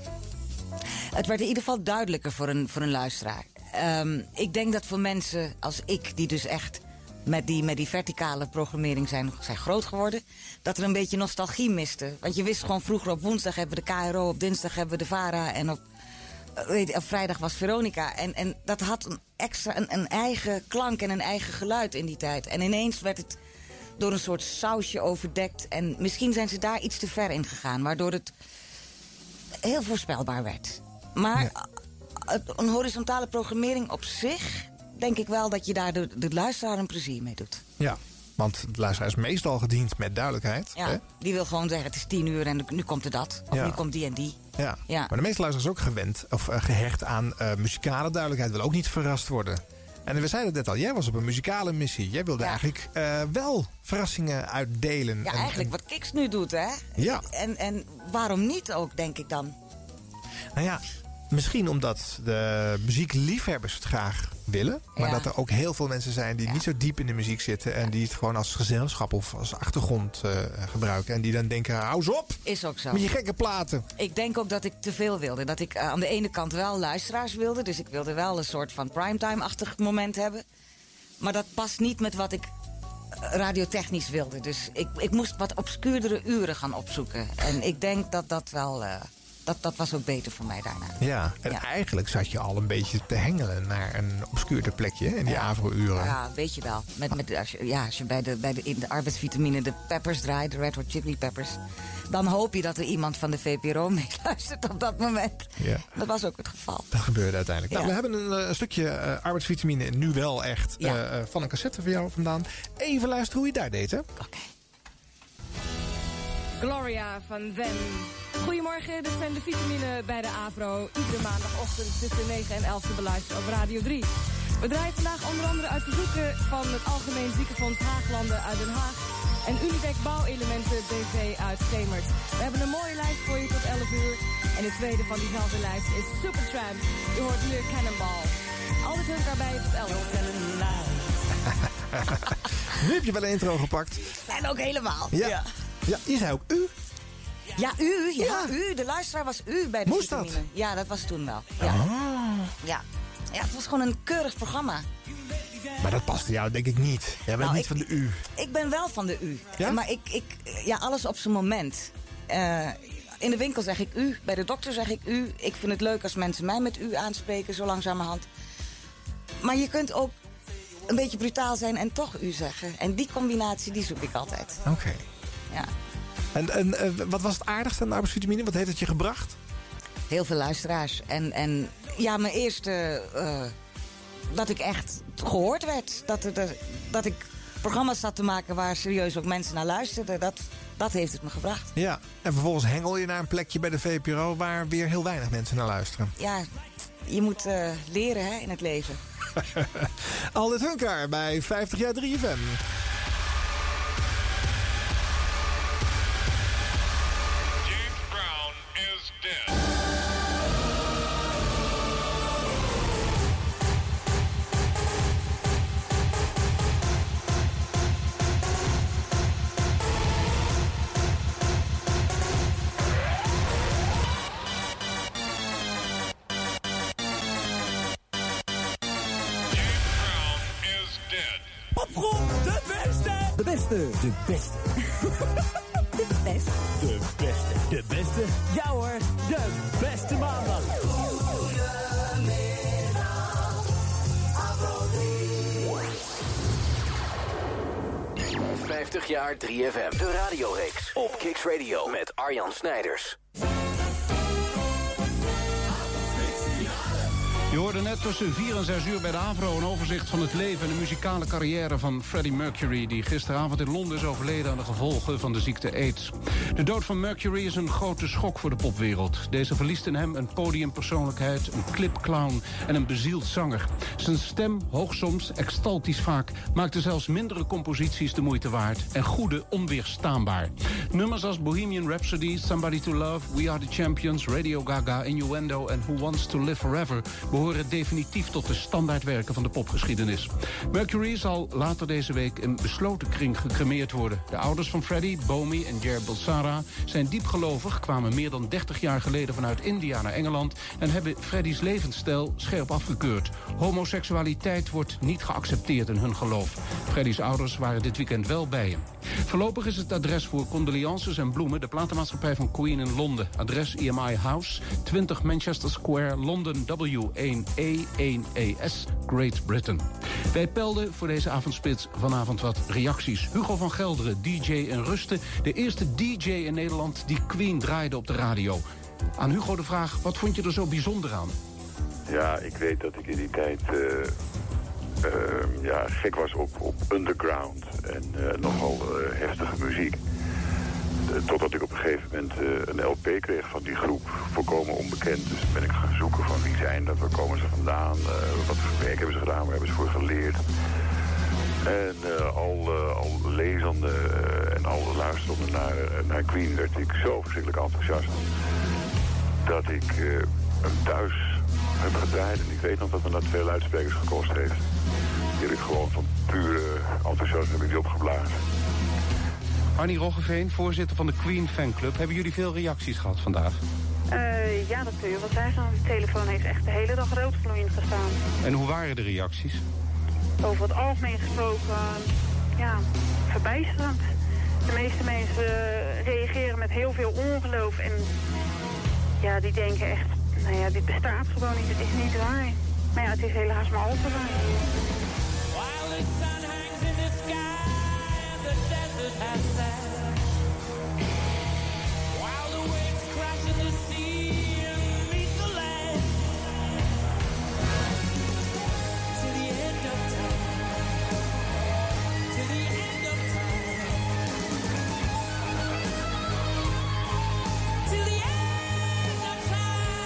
het werd in ieder geval duidelijker voor een, voor een luisteraar. Um, ik denk dat voor mensen als ik, die dus echt met die, met die verticale programmering zijn, zijn groot geworden, dat er een beetje nostalgie miste. Want je wist gewoon, vroeger op woensdag hebben we de K R O, op dinsdag hebben we de VARA en op, weet je, op vrijdag was Veronica. En, en dat had een extra een, een eigen klank en een eigen geluid in die tijd. En ineens werd het door een soort sausje overdekt. En misschien zijn ze daar iets te ver in gegaan, waardoor het heel voorspelbaar werd. Maar ja. een horizontale programmering op zich, denk ik wel dat je daar de, de luisteraar een plezier mee doet. Ja, want de luisteraar is meestal gediend met duidelijkheid. Ja, hè? Die wil gewoon zeggen, het is tien uur en nu komt er dat. Of ja. nu komt die en die. Ja. ja, maar de meeste luisteraars ook gewend of uh, gehecht aan uh, muzikale duidelijkheid. Wil ook niet verrast worden. En we zeiden het net al, jij was op een muzikale missie. Jij wilde ja. eigenlijk uh, wel verrassingen uitdelen. Ja, en, eigenlijk en... wat Kiks nu doet, hè? Ja. En, en waarom niet ook, denk ik dan? Nou ja, misschien omdat de muziekliefhebbers het graag willen. Maar ja. dat er ook heel veel mensen zijn die ja. niet zo diep in de muziek zitten. En die het gewoon als gezelschap of als achtergrond uh, gebruiken. En die dan denken, hou eens op! Is ook zo. Met je gekke platen. Ik denk ook dat ik te veel wilde. Dat ik uh, aan de ene kant wel luisteraars wilde. Dus ik wilde wel een soort van primetime-achtig moment hebben. Maar dat past niet met wat ik radiotechnisch wilde. Dus ik, ik moest wat obscuurdere uren gaan opzoeken. En ik denk dat dat wel... Uh, Dat, dat was ook beter voor mij daarna. Ja, en ja. eigenlijk zat je al een beetje te hengelen naar een obscuurde plekje in die ja. Avro-uren. Ja, weet je wel. Met, met, als je, ja, als je bij de, bij de, in de arbeidsvitamine de Peppers draait, de Red Hot Chili Peppers, dan hoop je dat er iemand van de V P R O meeluistert op dat moment. Ja. Dat was ook het geval. Dat gebeurde uiteindelijk. Ja. Nou, we hebben een, een stukje uh, arbeidsvitamine nu wel echt ja. uh, van een cassette voor jou vandaan. Even luisteren hoe je daar deed, hè? Oké. Okay. Gloria van Them. Goedemorgen, dit zijn de vitamine bij de AVRO. Iedere maandagochtend tussen negen en elf te beluisteren op Radio drie. We draaien vandaag onder andere uit verzoeken van het Algemeen Ziekenfonds Haaglanden uit Den Haag en Unitec Bouwelementen B V uit Gemert. We hebben een mooie lijst voor je tot elf uur. En de tweede van diezelfde lijst is Supertramp. U hoort nu Cannonball. Altijd hun daarbij tot elf uur. Nu heb je wel een intro gepakt. En ook helemaal. Ja. Ja. Ja, is hij ook u? Ja, u. Ja, ja, u. De luisteraar was u bij de Moest vitamine. dat? Ja, dat was toen wel. Ja. Ah. Ja. Ja, het was gewoon een keurig programma. Maar dat paste jou denk ik niet. Jij bent nou, niet ik, van de u. Ik ben wel van de u. Ja? Maar ik, ik, ja, alles op zijn moment. Uh, in de winkel zeg ik u. Bij de dokter zeg ik u. Ik vind het leuk als mensen mij met u aanspreken, zo langzamerhand. Maar je kunt ook een beetje brutaal zijn en toch u zeggen. En die combinatie, die zoek ik altijd. Oké. Okay. Ja. En, en uh, wat was het aardigste aan de arbeidsvitamine? Wat heeft het je gebracht? Heel veel luisteraars. En, en ja, mijn eerste... Uh, dat ik echt gehoord werd. Dat, er, dat ik programma's zat te maken waar serieus ook mensen naar luisterden. Dat, dat heeft het me gebracht. Ja, en vervolgens hengel je naar een plekje bij de V P R O waar weer heel weinig mensen naar luisteren. Ja, je moet uh, leren hè, in het leven. Aldit Hunkaar bij vijftig jaar drie F M. De beste. De beste. De beste. De beste. De beste. Ja hoor, de beste maandag. vijftig jaar drie F M. De radioreeks op Kicks Radio met Arjan Snijders. Je hoorde net tussen vier en zes uur bij de AVRO een overzicht van het leven en de muzikale carrière van Freddie Mercury, die gisteravond in Londen is overleden aan de gevolgen van de ziekte AIDS. De dood van Mercury is een grote schok voor de popwereld. Deze verliest in hem een podiumpersoonlijkheid, een clipclown en een bezield zanger. Zijn stem, hoog soms, extaltisch vaak, maakte zelfs mindere composities de moeite waard en goede onweerstaanbaar. Nummers als Bohemian Rhapsody, Somebody to Love, We Are the Champions, Radio Gaga, Innuendo en Who Wants to Live Forever behoren definitief tot de standaardwerken van de popgeschiedenis. Mercury zal later deze week in besloten kring gecremeerd worden. De ouders van Freddie, Bomi en Jair Bulsara, zijn diepgelovig, kwamen meer dan dertig jaar geleden vanuit India naar Engeland en hebben Freddie's levensstijl scherp afgekeurd. Homoseksualiteit wordt niet geaccepteerd in hun geloof. Freddie's ouders waren dit weekend wel bij hem. Voorlopig is het adres voor condolences en bloemen de platenmaatschappij van Queen in Londen. Adres E M I House, twintig Manchester Square, Londen W één E één E S, Great Britain. Wij pelden voor deze avondspits vanavond wat reacties. Hugo van Gelderen, D J in Rusten, de eerste D J in Nederland die Queen draaide op de radio. Aan Hugo de vraag, wat vond je er zo bijzonder aan? Ja, ik weet dat ik in die tijd uh, uh, ja, gek was op, op underground en uh, nogal uh, heftige muziek. Uh, totdat ik op een gegeven moment uh, een L P kreeg van die groep, volkomen onbekend. Dus ben ik gaan zoeken van wie zijn dat, waar komen ze vandaan, uh, wat voor werk hebben ze gedaan, waar hebben ze voor geleerd. En uh, al, uh, al lezende uh, en al luisterende naar, uh, naar Queen werd ik zo verschrikkelijk enthousiast dat ik uh, hem thuis heb gedraaid. En ik weet nog dat me dat twee luidsprekers gekost heeft. Die heb ik gewoon van pure enthousiasme heb ik die opgeblazen. Annie Roggeveen, voorzitter van de Queen Fanclub. Hebben jullie veel reacties gehad vandaag? Uh, ja, dat kun je wel zeggen. De telefoon heeft echt de hele dag roodgloeiend gestaan. En hoe waren de reacties? Over het algemeen gesproken, ja, verbijsterend. De meeste mensen uh, reageren met heel veel ongeloof. En ja, die denken echt, nou ja, dit bestaat gewoon niet. Het is niet waar. Maar ja, het is helaas maar al te waar. While the sun hangs in the sky and the desert has sand, while the waves crash in the sea and meet the land, to the end of time, to the end of time, to the end of time.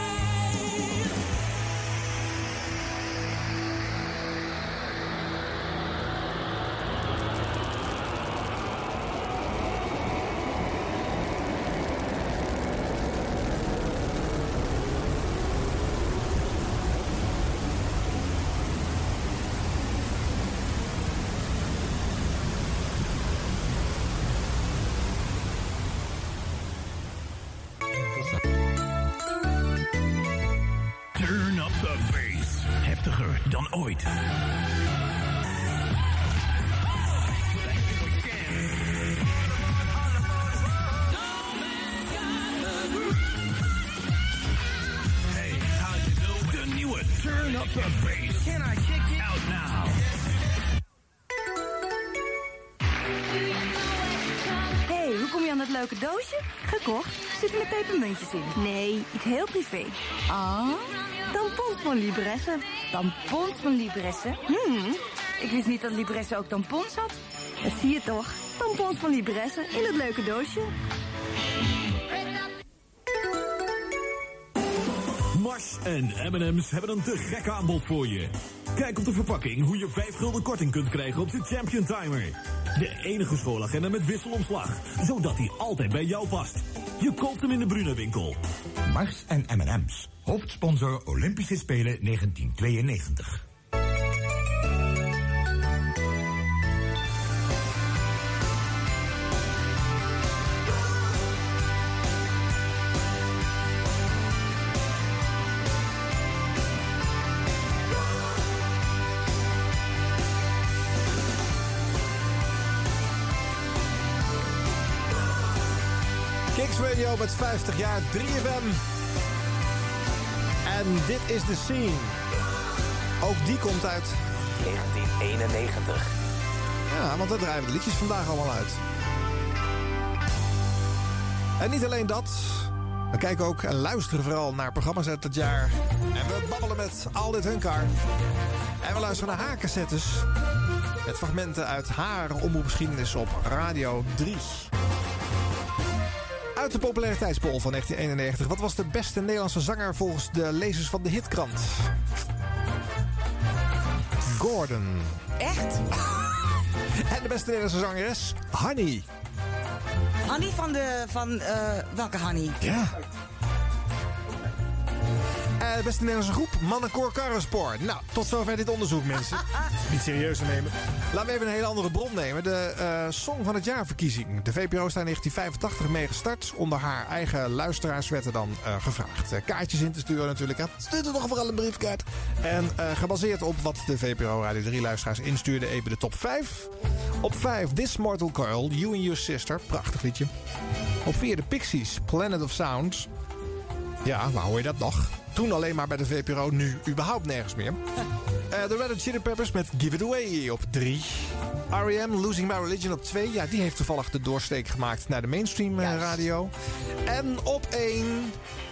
Turn up the bass. Heftiger dan ooit. Hey, how you doing? De nieuwe Turn Up the Bass. Can I kick it? Out now. Hey, hoe kom je aan dat leuke doosje? Gekocht? Zitten er pepermuntjes in? Nee, iets heel privé. Ah, tampons van Libresse. Tampons van Libresse? Hmm, ik wist niet dat Libresse ook tampons had. Dat zie je toch? Tampons van Libresse in het leuke doosje. Mars en M en M's hebben een te gekke aanbod voor je. Kijk op de verpakking hoe je vijf gulden korting kunt krijgen op de Champion Timer. De enige schoolagenda met wisselomslag, zodat die altijd bij jou past. Je koopt hem in de Bruna-winkel. Mars en M en M's. Hoofdsponsor Olympische Spelen negentien tweeënnegentig. Kicks Radio met vijftig jaar drie F M. En dit is de scene. Ook die komt uit negentien eenennegentig. Ja, want daar draaien we de liedjes vandaag allemaal uit. En niet alleen dat. We kijken ook en luisteren vooral naar programma's uit het jaar. En we babbelen met Aldit Hunkar. En we luisteren naar haar cassettes. Met fragmenten uit haar omroepgeschiedenis op Radio drie. Uit de populariteitspol van negentien eenennegentig. Wat was de beste Nederlandse zanger volgens de lezers van de Hitkrant? Gordon. Echt? En de beste Nederlandse zangeres? Hanny. Hanny van de... Van, uh, welke Hanny? Ja. En de beste Nederlandse groep? Mannenkoor Karrenspoor. Nou, tot zover dit onderzoek, mensen. Niet serieus te nemen. Laten we even een hele andere bron nemen. De uh, Song van het Jaarverkiezing. De V P R O is daar in negentien vijfentachtig mee gestart. Onder haar eigen luisteraars werd er dan uh, gevraagd. Uh, kaartjes in te sturen natuurlijk. Ja, stuurt er nog vooral een briefkaart. En uh, gebaseerd op wat de V P R O Radio drie luisteraars instuurden, even de top vijf. Op vijf This Mortal Coil, You and Your Sister. Prachtig liedje. Op vier de Pixies, Planet of Sound. Ja, waar hoor je dat nog? Toen alleen maar bij de V P R O, nu überhaupt nergens meer. Uh, de Red Hot Chili Peppers met Give It Away op drie. R E M, Losing My Religion op twee. Ja, die heeft toevallig de doorsteek gemaakt naar de mainstream uh, radio. En op één...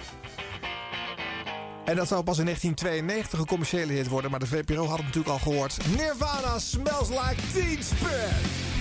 En dat zou pas in negentien tweeënnegentig een commerciële hit worden, maar de V P R O had het natuurlijk al gehoord. Nirvana, Smells Like Teen Spirit.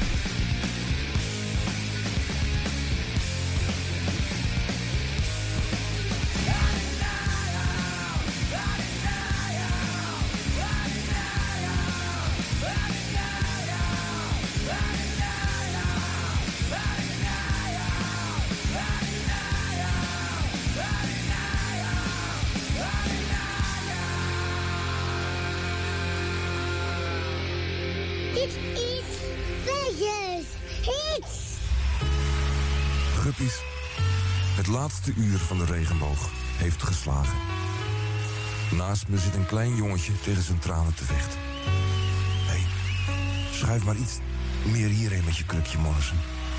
Guppies, het laatste uur van de regenboog heeft geslagen. Naast me zit een klein jongetje tegen zijn tranen te vechten. Hé, hey, schuif maar iets meer hierheen met je krukje, Morrison.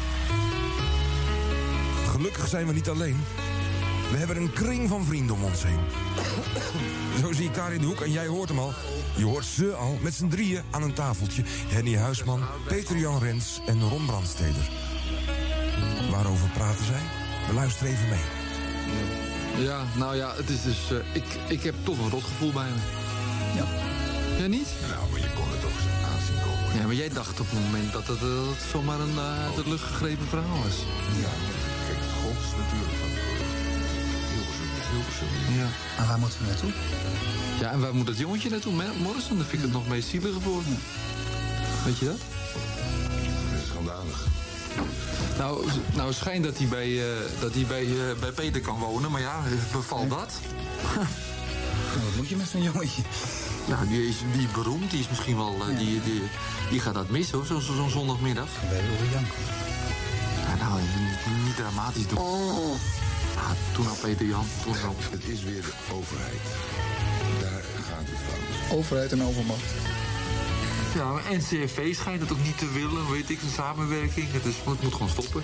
Gelukkig zijn we niet alleen. We hebben een kring van vrienden om ons heen. Zo zie ik daar in de hoek en jij hoort hem al. Je hoort ze al, met z'n drieën aan een tafeltje. Henny Huisman, Peter-Jan Rens en Ron Brandsteder. Waarover praten zij? We luisteren even mee. Ja, nou ja, het is dus... Uh, ik, ik heb toch een rotgevoel bij me. Ja. Jij niet? Nou, maar je kon het ook aanzien komen. Ja, maar jij dacht op het moment dat het, uh, dat het zomaar een uh, uit de lucht gegrepen verhaal was. Ja, maar kijk, het God is natuurlijk van Hilversum is Hilversum. Ja. Maar waar moeten we naartoe? Ja, en waar moet dat jongetje naartoe? Morrison, dan vind ik het nog meest zielige voor. Ja. Weet je dat? Dat is schandalig. Nou, nou het schijnt dat hij bij, uh, dat hij bij, uh, bij Peter kan wonen, maar ja, bevalt dat? Nou, wat moet je met zo'n jongetje? Nou, die is, die is beroemd, die is misschien wel, uh, ja. die, die, die gaat dat mis hoor, zo'n zo, zo zondagmiddag. Dan ben je over janken. Ja, nou, niet, niet dramatisch doen. Oh. Ja, toen al Peter Jan, toen al. Het is weer de overheid. Daar gaat het fout. Overheid en overmacht. Ja, maar N C R V schijnt het ook niet te willen, weet ik, een samenwerking. Het, is, het moet gewoon stoppen.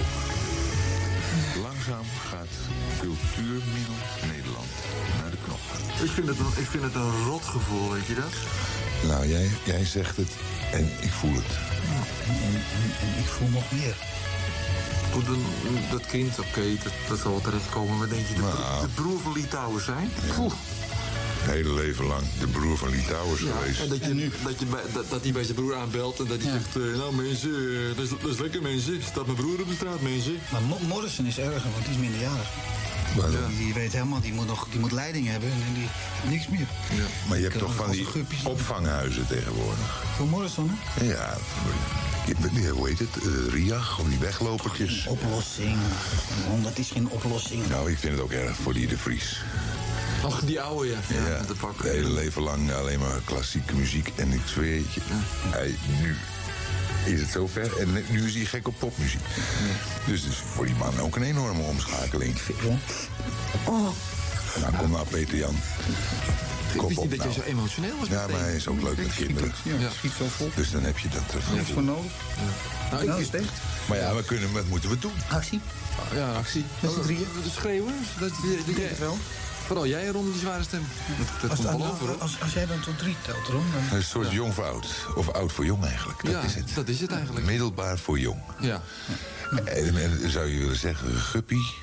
Langzaam gaat cultuurmiddel Nederland naar de knop. Ik vind het een, ik vind het een rot gevoel, weet je dat? Nou, jij, jij zegt het en ik voel het. Ja, en, en, en ik voel nog meer. Goed, dat kind, oké, okay, dat, dat zal wel terechtkomen. Maar denk je, de, nou, de broer van Litouwers zijn? Ja. Het hele leven lang de broer van Litouwers ja, geweest. En dat, je, dat, je bij, dat, dat hij bij zijn broer aanbelt en dat hij ja. zegt... Uh, nou mensen, uh, dat, is, dat is lekker mensen. Staat mijn broer op de straat, mensen. Maar Mo Morrison is erger, want die is minderjarig. Ja. Die, die weet helemaal, die moet, nog, die moet leiding hebben en die niks meer. Ja. Maar je hebt toch van die opvanghuizen tegenwoordig? Voor Morrison, hè? Ja, hoe heet het? Uh, Riach, of die weglopertjes. Een oplossing. Man, dat is geen oplossing. Nou, ik vind het ook erg voor die de Vries. Ach, die oude, ja. Ja, ja de het hele leven lang alleen maar klassieke muziek. En ik zweer je, ja. hij, nu is het zover. En nu is hij gek op popmuziek. Ja. Dus het is voor die man ook een enorme omschakeling. Oh. Nou, kom nou, Peter Jan. Ik wist niet dat nou. je zo emotioneel was. Ja, maar hij is ook leuk met kinderen. Ja, ja. Schiet zo vol. Dus dan heb je dat ervan. Niks voor nodig. Ja. Nou, nou, ik is het echt. Maar ja, we kunnen, wat moeten we doen? Actie. Oh, ja, actie. Met z'n drieën. De schreeuwen. Dat, dat, dat, dat wel. Vooral jij, Ron, die zware stem. Dat, dat als, komt dan, wel over, als, als jij dan tot drie telt, Ron... Dan... Een soort ja. jong voor oud. Of oud voor jong eigenlijk. Dat ja, is het. dat is het eigenlijk. Middelbaar voor jong. Ja. En, en zou je willen zeggen, Guppy,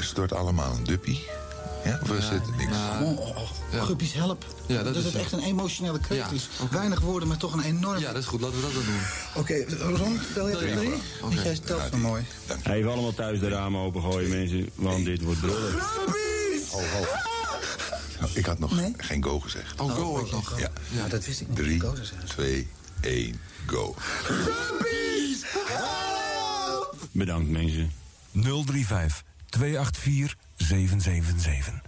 stort allemaal een duppie. Ja, of is het niks? Ja. Oh, oh, oh. Ja. Guppies help. Ja, dat, dat is het echt een emotionele kreet ja. is. Okay. Weinig woorden, maar toch een enorm... Ja, dat is goed. Laten we dat dan doen. Oké, okay, Ron, tel je er drie? Okay. Jij telt zo mooi. Even allemaal thuis de ramen opengooien, mensen. Want dit wordt brullen. Oh, oh. Nou, ik had nog nee? geen go gezegd. Oh, go ook nog. Ja. ja, dat wist ik niet. Drie, twee, één, go. Guppies! Bedankt, mensen. nul drie vijf, twee acht vier, zeven zeven zeven.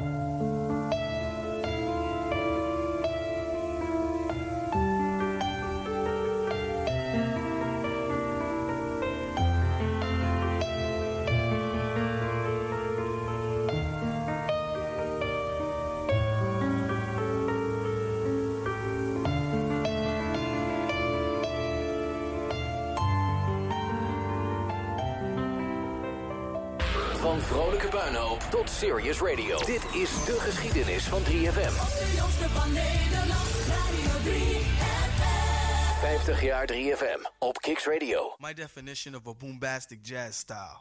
Van vrolijke puinhoop tot Serious Radio. Dit is de geschiedenis van drie F M. De jongste van Nederland, Radio drie F M. vijftig jaar drie F M op Kicks Radio. My definition of a boombastic jazz style.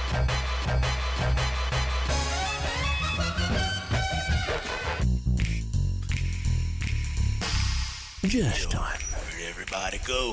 Jazz time. Where everybody go.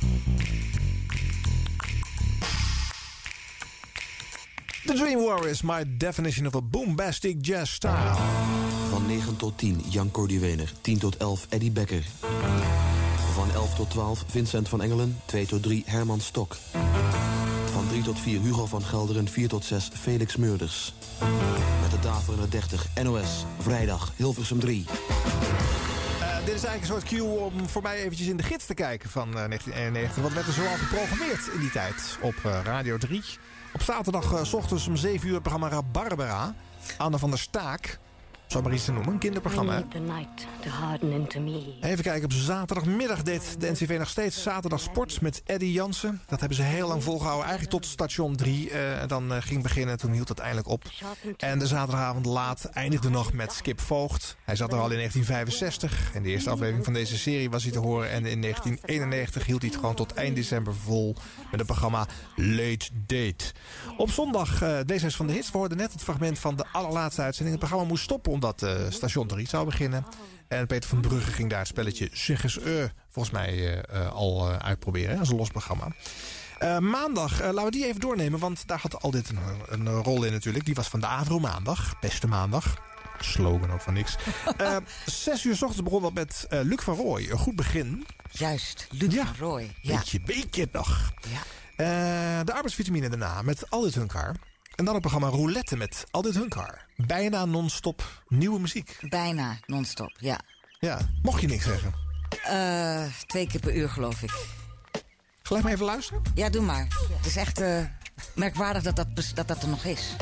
The Dream Warriors, my definition of a boombastic jazz style. Van negen tot tien, Jan Cordiwener. tien tot elf, Eddie Becker. Van elf tot twaalf, Vincent van Engelen. twee tot drie, Herman Stok. Van drie tot vier, Hugo van Gelderen. vier tot zes, Felix Meurders. Met de daverende dertig, N O S. Vrijdag, Hilversum drie. Uh, dit is eigenlijk een soort cue om voor mij eventjes in de gids te kijken van uh, negentien eenennegentig. Wat werd er zoal geprogrammeerd in die tijd op uh, Radio drie. Op zaterdag uh, 's ochtends om zeven uur het programma Rabarbera. Anne van der Staak. Zou maar iets te noemen, een kinderprogramma. Even kijken, op zaterdagmiddag deed de N C V nog steeds zaterdag sport met Eddy Jansen. Dat hebben ze heel lang volgehouden, eigenlijk tot station drie. Uh, en dan uh, ging beginnen, toen hield het eindelijk op. En de zaterdagavond laat eindigde nog met Skip Voogd. Hij zat er al in negentien vijfenzestig. In de eerste aflevering van deze serie was hij te horen. En in negentien eenennegentig hield hij het gewoon tot eind december vol met het programma Late Date. Op zondag, uh, deze is van de hits. We hoorden net het fragment van de allerlaatste uitzending. Het programma moest stoppen omdat uh, station drie zou beginnen. En Peter van Brugge ging daar het spelletje Zeggens uh, volgens mij uh, uh, al uh, uitproberen. Hè, als een los programma. Uh, maandag, uh, laten we die even doornemen. Want daar had al dit een, een rol in natuurlijk. Die was van de Avro maandag. Beste maandag. Slogan ook van niks. Uh, zes uur 's ochtends begon dat met uh, Luc van Rooij. Een goed begin. Juist, Luc ja. van Rooij. Ja. Beetje, beetje nog. Ja. Uh, de arbeidsvitamine daarna met Aldit Hunkar. En dan het programma Roulette met Aldit Hunkar. Bijna non-stop nieuwe muziek. Bijna non-stop, ja. Ja, mocht je niks zeggen? Uh, twee keer per uur, geloof ik. Gelijk maar even luisteren? Ja, doe maar. Het is echt uh, merkwaardig dat dat, dat dat er nog is.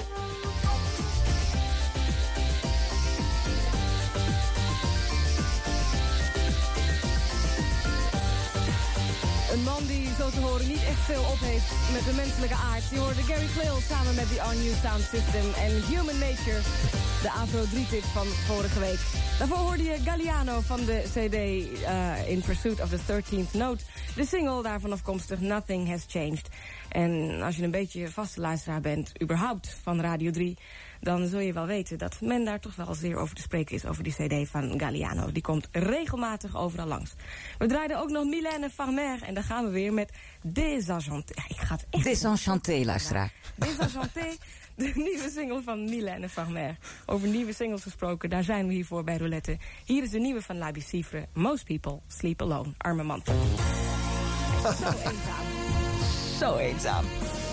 Een man die zo te horen niet echt veel op heeft met de menselijke aard. Je hoorde Gary Clayle samen met The All New Sound System en Human Nature. De Afro drie tip van vorige week. Daarvoor hoorde je Galliano van de C D uh, In Pursuit of the thirteenth Note. De single daarvan afkomstig Nothing Has Changed. En als je een beetje vaste luisteraar bent, überhaupt van Radio drie... dan zul je wel weten dat men daar toch wel zeer over te spreken is... over die cd van Galliano. Die komt regelmatig overal langs. We draaiden ook nog Mylène Farmer. En dan gaan we weer met Désenchanté. Ja, ik ga het echt... Désenchanté, luisteraar. Désenchanté, de nieuwe single van Mylène Farmer. Over nieuwe singles gesproken, daar zijn we hiervoor bij Roulette. Hier is de nieuwe van La Bicifre. Most People Sleep Alone. Arme man. Zo eenzaam. Zo eenzaam.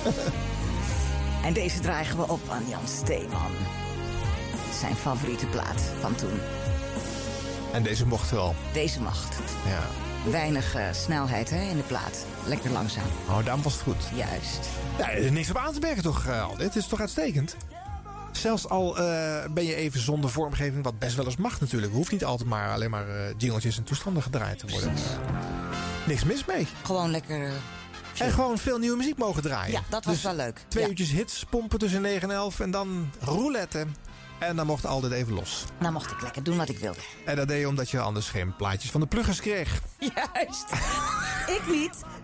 En deze dragen we op aan Jan Steeman. Zijn favoriete plaat van toen. En deze mocht wel. Deze macht. Ja. Weinig uh, snelheid hè, in de plaat. Lekker langzaam. Oh, daarom was het goed. Juist. Ja, er is niks op aan te merken toch, uh, al. Het is toch uitstekend? Zelfs al uh, ben je even zonder vormgeving, wat best wel eens mag natuurlijk. We hoeft niet altijd maar alleen maar uh, jingletjes en toestanden gedraaid te worden. Uh, niks mis mee. Gewoon lekker... Uh, En gewoon veel nieuwe muziek mogen draaien. Ja, dat was dus wel leuk. Twee ja. uurtjes hits, pompen tussen negen en elf en dan roulette. En dan mocht altijd even los. Dan mocht ik lekker doen wat ik wilde. En dat deed je omdat je anders geen plaatjes van de pluggers kreeg. Juist. Ik niet.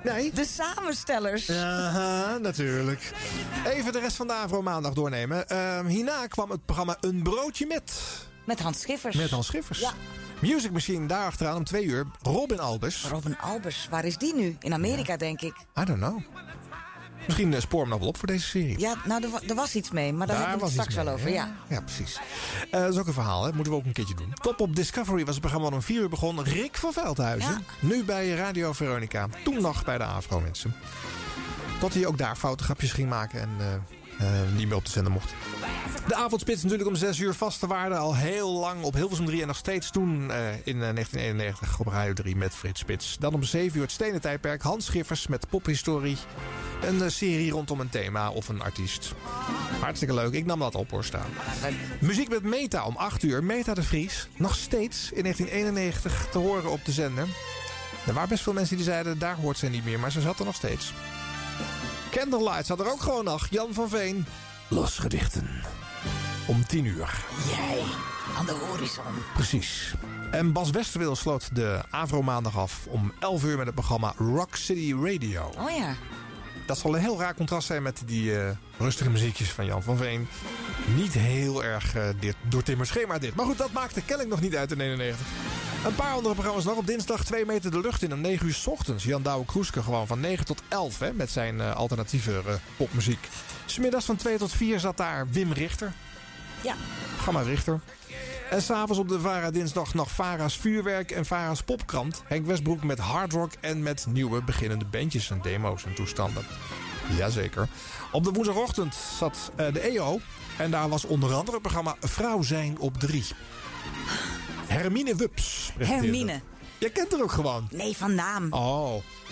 Nee. De samenstellers. Ja, natuurlijk. Even de rest van de Avro Maandag doornemen. Uh, hierna kwam het programma Een Broodje Met. Met Hans Schiffers. Met Hans Schiffers. Ja. Music Machine, daarachteraan om twee uur. Robin Albers. Robin Albers, waar is die nu? In Amerika, ja. denk ik. I don't know. Misschien uh, spoor hem nog wel op voor deze serie. Ja, nou, er, er was iets mee, maar daar, daar hebben we het straks wel over. Ja, ja. ja precies. Uh, dat is ook een verhaal, hè? Moeten we ook een keertje doen. Top op Discovery was het programma om vier uur begonnen. Rick van Veldhuizen. Ja. Nu bij Radio Veronica. Toen nog bij de Afro mensen. Tot hij ook daar foute grapjes ging maken en uh, uh, niet meer op de zender mocht. De avondspits natuurlijk om zes uur vaste waarde. Al heel lang op Hilversum drie en nog steeds toen uh, in uh, negentien eenennegentig op Radio drie met Frits Spits. Dan om zeven uur het Stenen Tijdperk. Hans Schiffers met pophistorie. Een uh, serie rondom een thema of een artiest. Hartstikke leuk. Ik nam dat op hoor staan. Muziek met Meta om acht uur. Meta de Vries. Nog steeds in negentien eenennegentig te horen op de zender. Er waren best veel mensen die zeiden daar hoort ze niet meer. Maar ze zat er nog steeds. Candlelight zat er ook gewoon nog. Jan van Veen. Losgedichten. Om tien uur. Jij, aan de horizon. Precies. En Bas Westerwil sloot de Avro Maandag af om elf uur met het programma Rock City Radio. Oh ja. Dat zal een heel raar contrast zijn met die uh, rustige muziekjes van Jan van Veen. Niet heel erg uh, dit, door Timmer schema dit. Maar goed, dat maakte kennelijk nog niet uit in eenennegentig. Een paar andere programma's nog. Op dinsdag twee meter de lucht in om negen uur 's ochtends. Jan Douwe Kroeske gewoon van negen tot elf hè, met zijn uh, alternatieve uh, popmuziek. 'S Middags van twee tot vier zat daar Wim Richter. Ja. Gamma Richter. En s'avonds op de Vara dinsdag nog Vara's Vuurwerk en Vara's Popkrant. Henk Westbroek met hardrock en met nieuwe beginnende bandjes en demo's en toestanden. Jazeker. Op de woensdagochtend zat uh, de E O. En daar was onder andere het programma Vrouw zijn op drie. Hermine Wups. Hermine. Jij kent haar ook gewoon. Nee, van naam. Oh.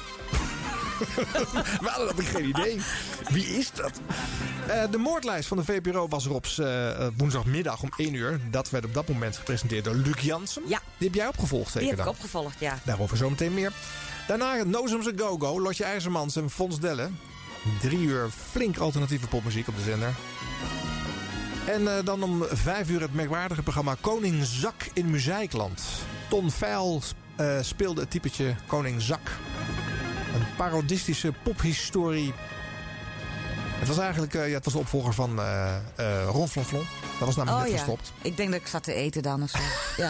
We hadden dat geen idee. Wie is dat? Uh, de moordlijst van de V P R O was er op uh, woensdagmiddag om één uur. Dat werd op dat moment gepresenteerd door Luc Jansen. Ja. Die heb jij opgevolgd zeker Die heb dan? ik opgevolgd, ja. Daarover zometeen meer. Daarna Nozem's a Go-Go, Lotje IJzermans en Fons Delle. Drie uur flink alternatieve popmuziek op de zender. En uh, dan om vijf uur het merkwaardige programma Koning Zak in Muziekland. Ton Veil uh, speelde het typetje Koning Zak. Een parodistische pophistorie. Het was eigenlijk uh, ja, het was de opvolger van uh, uh, Ron Flon Flon. Dat was namelijk oh, net ja. gestopt. Ik denk dat ik zat te eten dan of zo. Ja.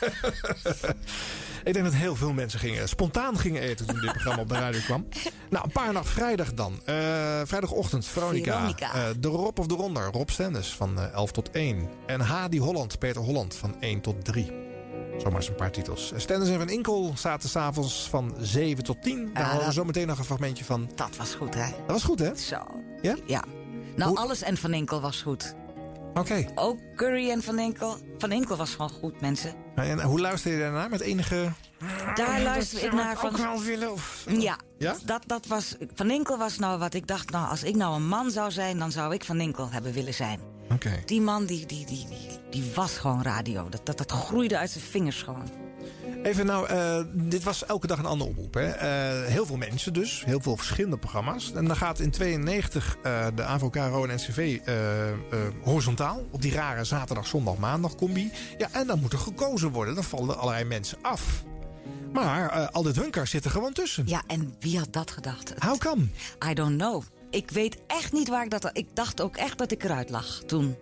Ik denk dat heel veel mensen gingen, spontaan gingen eten toen dit programma op de radio kwam. Nou, een paar nacht vrijdag dan. Uh, vrijdagochtend, Veronica. Veronica. Uh, de Rob of de Ronder, Rob Stendes van uh, elf tot één. En Hadi Holland, Peter Holland van één tot drie. Zomaar eens een paar titels. Stendes en Van Inkel zaten s'avonds van zeven tot tien. Daar uh, horen we zo meteen nog een fragmentje van. Dat was goed, hè? Dat was goed, hè? Zo. Ja? Ja. Nou, Hoe... alles en Van Inkel was goed. Oké. Okay. Ook Curry en Van Inkel. Van Inkel was gewoon goed, mensen. En hoe luister je daarnaar? Met enige... Daar luister ik naar van... Ook wel willen, of... Ja, ja? Dat, dat was... Van Inkel was nou wat ik dacht... Nou, als ik nou een man zou zijn... dan zou ik Van Inkel hebben willen zijn. Oké. Okay. Die man, die, die, die, die, die was gewoon radio. Dat, dat, dat groeide uit zijn vingers gewoon. Even nou, uh, dit was elke dag een andere omroep. Hè? Uh, heel veel mensen dus. Heel veel verschillende programma's. En dan gaat in tweeënnegentig uh, de A V O, K R O en N C V uh, uh, horizontaal. Op die rare zaterdag, zondag, maandag combi. Ja, en dan moet er gekozen worden. Dan vallen allerlei mensen af. Maar uh, Aldert Hunker zit er gewoon tussen. Ja, en wie had dat gedacht? How come? I don't know. Ik weet echt niet waar ik dat... Ik dacht ook echt dat ik eruit lag toen.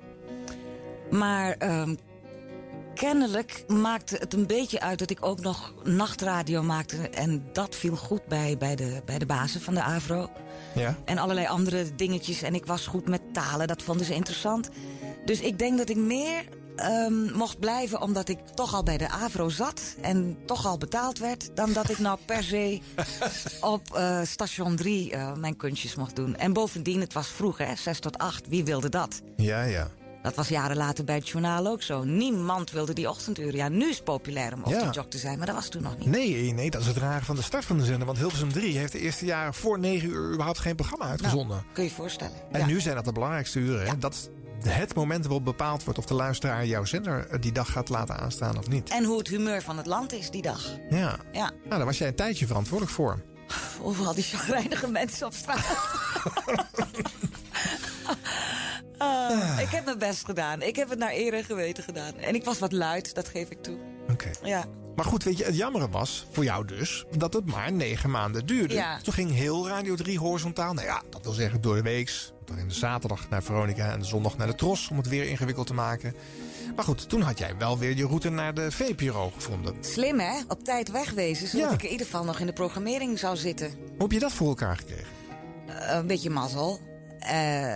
Maar... Uh, Kennelijk maakte het een beetje uit dat ik ook nog nachtradio maakte. En dat viel goed bij, bij, de, bij de bazen van de AVRO. Ja. En allerlei andere dingetjes. En ik was goed met talen, dat vonden ze interessant. Dus ik denk dat ik meer um, mocht blijven omdat ik toch al bij de AVRO zat. En toch al betaald werd. Dan dat ik nou per se op uh, station drie uh, mijn kunstjes mocht doen. En bovendien, het was vroeg, hè, zes tot acht. Wie wilde dat? Ja, ja. Dat was jaren later bij het journaal ook zo. Niemand wilde die ochtenduren. Ja, nu is het populair om ochtendjog te zijn, maar dat was toen nog niet. Nee, nee, dat is het rare van de start van de zender. Want Hilversum drie heeft de eerste jaren voor negen uur überhaupt geen programma uitgezonden. Nou, kun je je voorstellen. En ja. nu zijn dat de belangrijkste uren. Ja. Dat is het moment waarop bepaald wordt of de luisteraar jouw zender die dag gaat laten aanstaan of niet. En hoe het humeur van het land is die dag. Ja. ja. Nou, daar was jij een tijdje verantwoordelijk voor. Overal die chagrijnige mensen op straat. Uh, ik heb mijn best gedaan. Ik heb het naar eer en geweten gedaan. En ik was wat luid, dat geef ik toe. Oké. Okay. Ja. Maar goed, weet je, het jammere was voor jou dus dat het maar negen maanden duurde. Ja. Toen ging heel Radio drie horizontaal. Nou ja, dat wil zeggen door de weeks. Dan in de zaterdag naar Veronica en de zondag naar de Tros om het weer ingewikkeld te maken. Maar goed, toen had jij wel weer je route naar de V P R O gevonden. Slim, hè? Op tijd wegwezen, zodat Ja. ik in ieder geval nog in de programmering zou zitten. Hoe heb je dat voor elkaar gekregen? Uh, een beetje mazzel. Uh,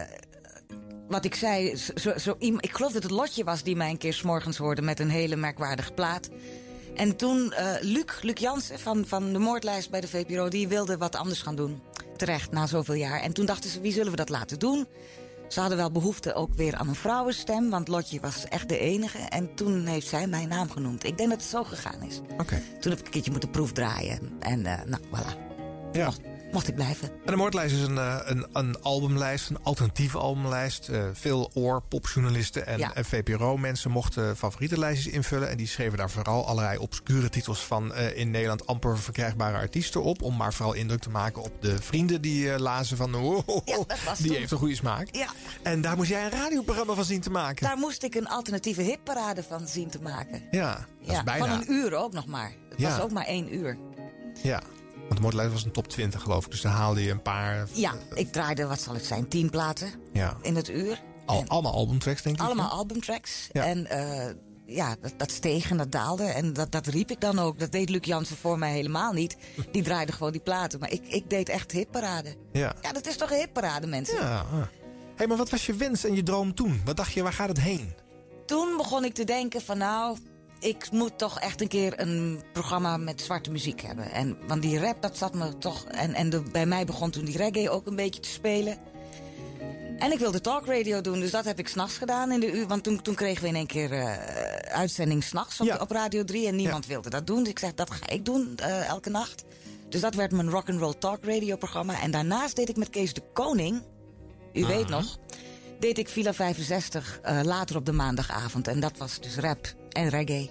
wat ik zei, zo, zo, ik geloof dat het Lotje was die mij een keer 's morgens hoorde met een hele merkwaardige plaat. En toen uh, Luc, Luc Jansen van, van de Moordlijst bij de V P R O, die wilde wat anders gaan doen. Terecht, na zoveel jaar. En toen dachten ze, wie zullen we dat laten doen? Ze hadden wel behoefte ook weer aan een vrouwenstem, want Lotje was echt de enige. En toen heeft zij mijn naam genoemd. Ik denk dat het zo gegaan is. Okay. Toen heb ik een keertje moeten proefdraaien. En uh, nou, voilà. Ja. Mocht, mocht ik blijven. En de Moordlijst is een, uh, een, een albumlijst, een alternatieve albumlijst. Uh, veel oor, popjournalisten en, ja. en V P R O-mensen mochten favoriete lijstjes invullen. En die schreven daar vooral allerlei obscure titels van uh, in Nederland amper verkrijgbare artiesten op. Om maar vooral indruk te maken op de vrienden die uh, lazen van... Oh, oh, ja, dat was die toen. heeft een goede smaak. Ja. En daar moest jij een radioprogramma van zien te maken. Daar moest ik een alternatieve hitparade van zien te maken. Ja, dat ja, is bijna... Van een uur ook nog maar. Het ja. was ook maar één uur. Ja. Want de Moordlijst was een top twintig, geloof ik. Dus daar haalde je een paar... Ja, ik draaide, wat zal het zijn, tien platen ja. in het uur. Al, allemaal albumtracks, denk ik? Allemaal albumtracks. Ja. En uh, ja, dat, dat steeg en dat daalde. En dat, dat riep ik dan ook. Dat deed Luc Jansen voor mij helemaal niet. Die draaide gewoon die platen. Maar ik, ik deed echt hitparade. Ja. Ja, dat is toch een hitparade, mensen? Ja. Hé, hey, maar wat was je wens en je droom toen? Wat dacht je, waar gaat het heen? Toen begon ik te denken van nou... ik moet toch echt een keer een programma met zwarte muziek hebben. En, want die rap, dat zat me toch... En, en de, bij mij begon toen die reggae ook een beetje te spelen. En ik wilde talkradio doen, dus dat heb ik 's nachts gedaan in de uur. Want toen, toen kregen we in één keer uh, uitzending 's nachts op, ja. op Radio drie. En niemand ja. wilde dat doen. Dus ik zeg, dat ga ik doen uh, elke nacht. Dus dat werd mijn rock'n'roll talkradio programma. En daarnaast deed ik met Kees de Koning, u uh-huh. weet nog... deed ik Villa vijfenzestig uh, later op de maandagavond. En dat was dus rap en reggae.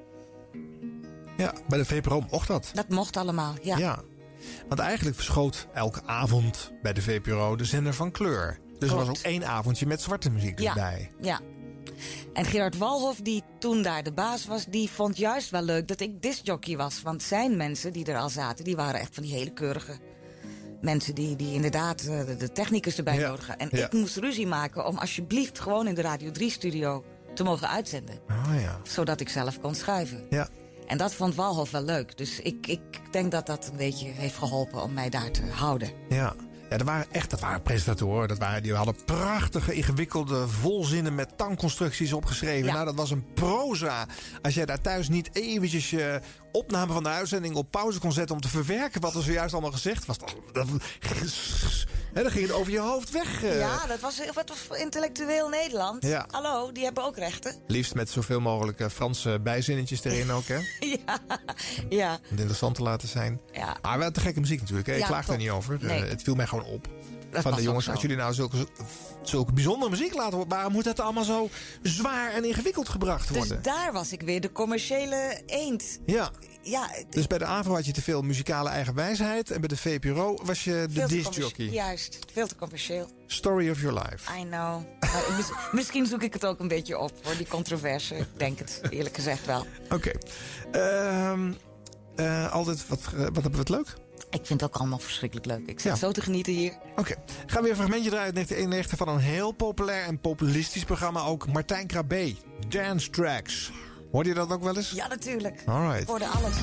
Ja, bij de V P R O mocht dat. Dat mocht allemaal, ja. ja. Want eigenlijk verschoot elke avond bij de V P R O de zender van kleur. Dus er was ook één avondje met zwarte muziek dus ja, bij. Ja. En Gerard Walhoff, die toen daar de baas was... die vond juist wel leuk dat ik discjockey was. Want zijn mensen die er al zaten... die waren echt van die hele keurige mensen... die, die inderdaad de, de technicus erbij ja. nodig hadden. En ja. ik moest ruzie maken om alsjeblieft... gewoon in de Radio drie-studio te mogen uitzenden. Oh, ja. Zodat ik zelf kon schuiven. Ja. En dat vond Walhoff wel leuk. Dus ik, ik denk dat dat een beetje heeft geholpen om mij daar te houden. Ja. Ja, dat waren echt dat waren presentatoren. Dat waren, die hadden prachtige, ingewikkelde volzinnen met tangconstructies opgeschreven. Ja. Nou, dat was een proza. Als jij daar thuis niet eventjes je opname van de uitzending op pauze kon zetten om te verwerken wat er zojuist allemaal gezegd was. Dat, dat, hè, dan ging het over je hoofd weg. Uh. Ja, dat was, dat was intellectueel Nederland. Ja. Hallo, die hebben ook rechten. Liefst met zoveel mogelijk uh, Franse bijzinnetjes erin ook, hè? ja, ja. Om het interessant te laten zijn. Ja. Maar wel te gekke muziek natuurlijk, hè? Ik ja, klaag daar niet over. Nee. Uh, het viel mij gewoon op. Dat van de jongens, als jullie nou zulke, zulke bijzondere muziek laten horen... waarom moet het allemaal zo zwaar en ingewikkeld gebracht worden? Dus daar was ik weer de commerciële eend. Ja. ja dus bij de AVRO had je te veel muzikale eigenwijsheid... en bij de V P R O was je de discjockey. Juist, veel te commercieel. Story of your life. I know. mis, misschien zoek ik het ook een beetje op, hoor, die controverse. Ik denk het, eerlijk gezegd wel. Oké. Okay. Uh, uh, altijd, wat, uh, wat hebben we het leuk? Ik vind het ook allemaal verschrikkelijk leuk. Ik zit ja. zo te genieten hier. Oké. Okay. Gaan we weer een fragmentje draaien uit negentien eenennegentig... van een heel populair en populistisch programma ook. Martijn Krabbe. Dance Tracks. Hoorde je dat ook wel eens? Ja, natuurlijk. Alright. Ik hoorde alles.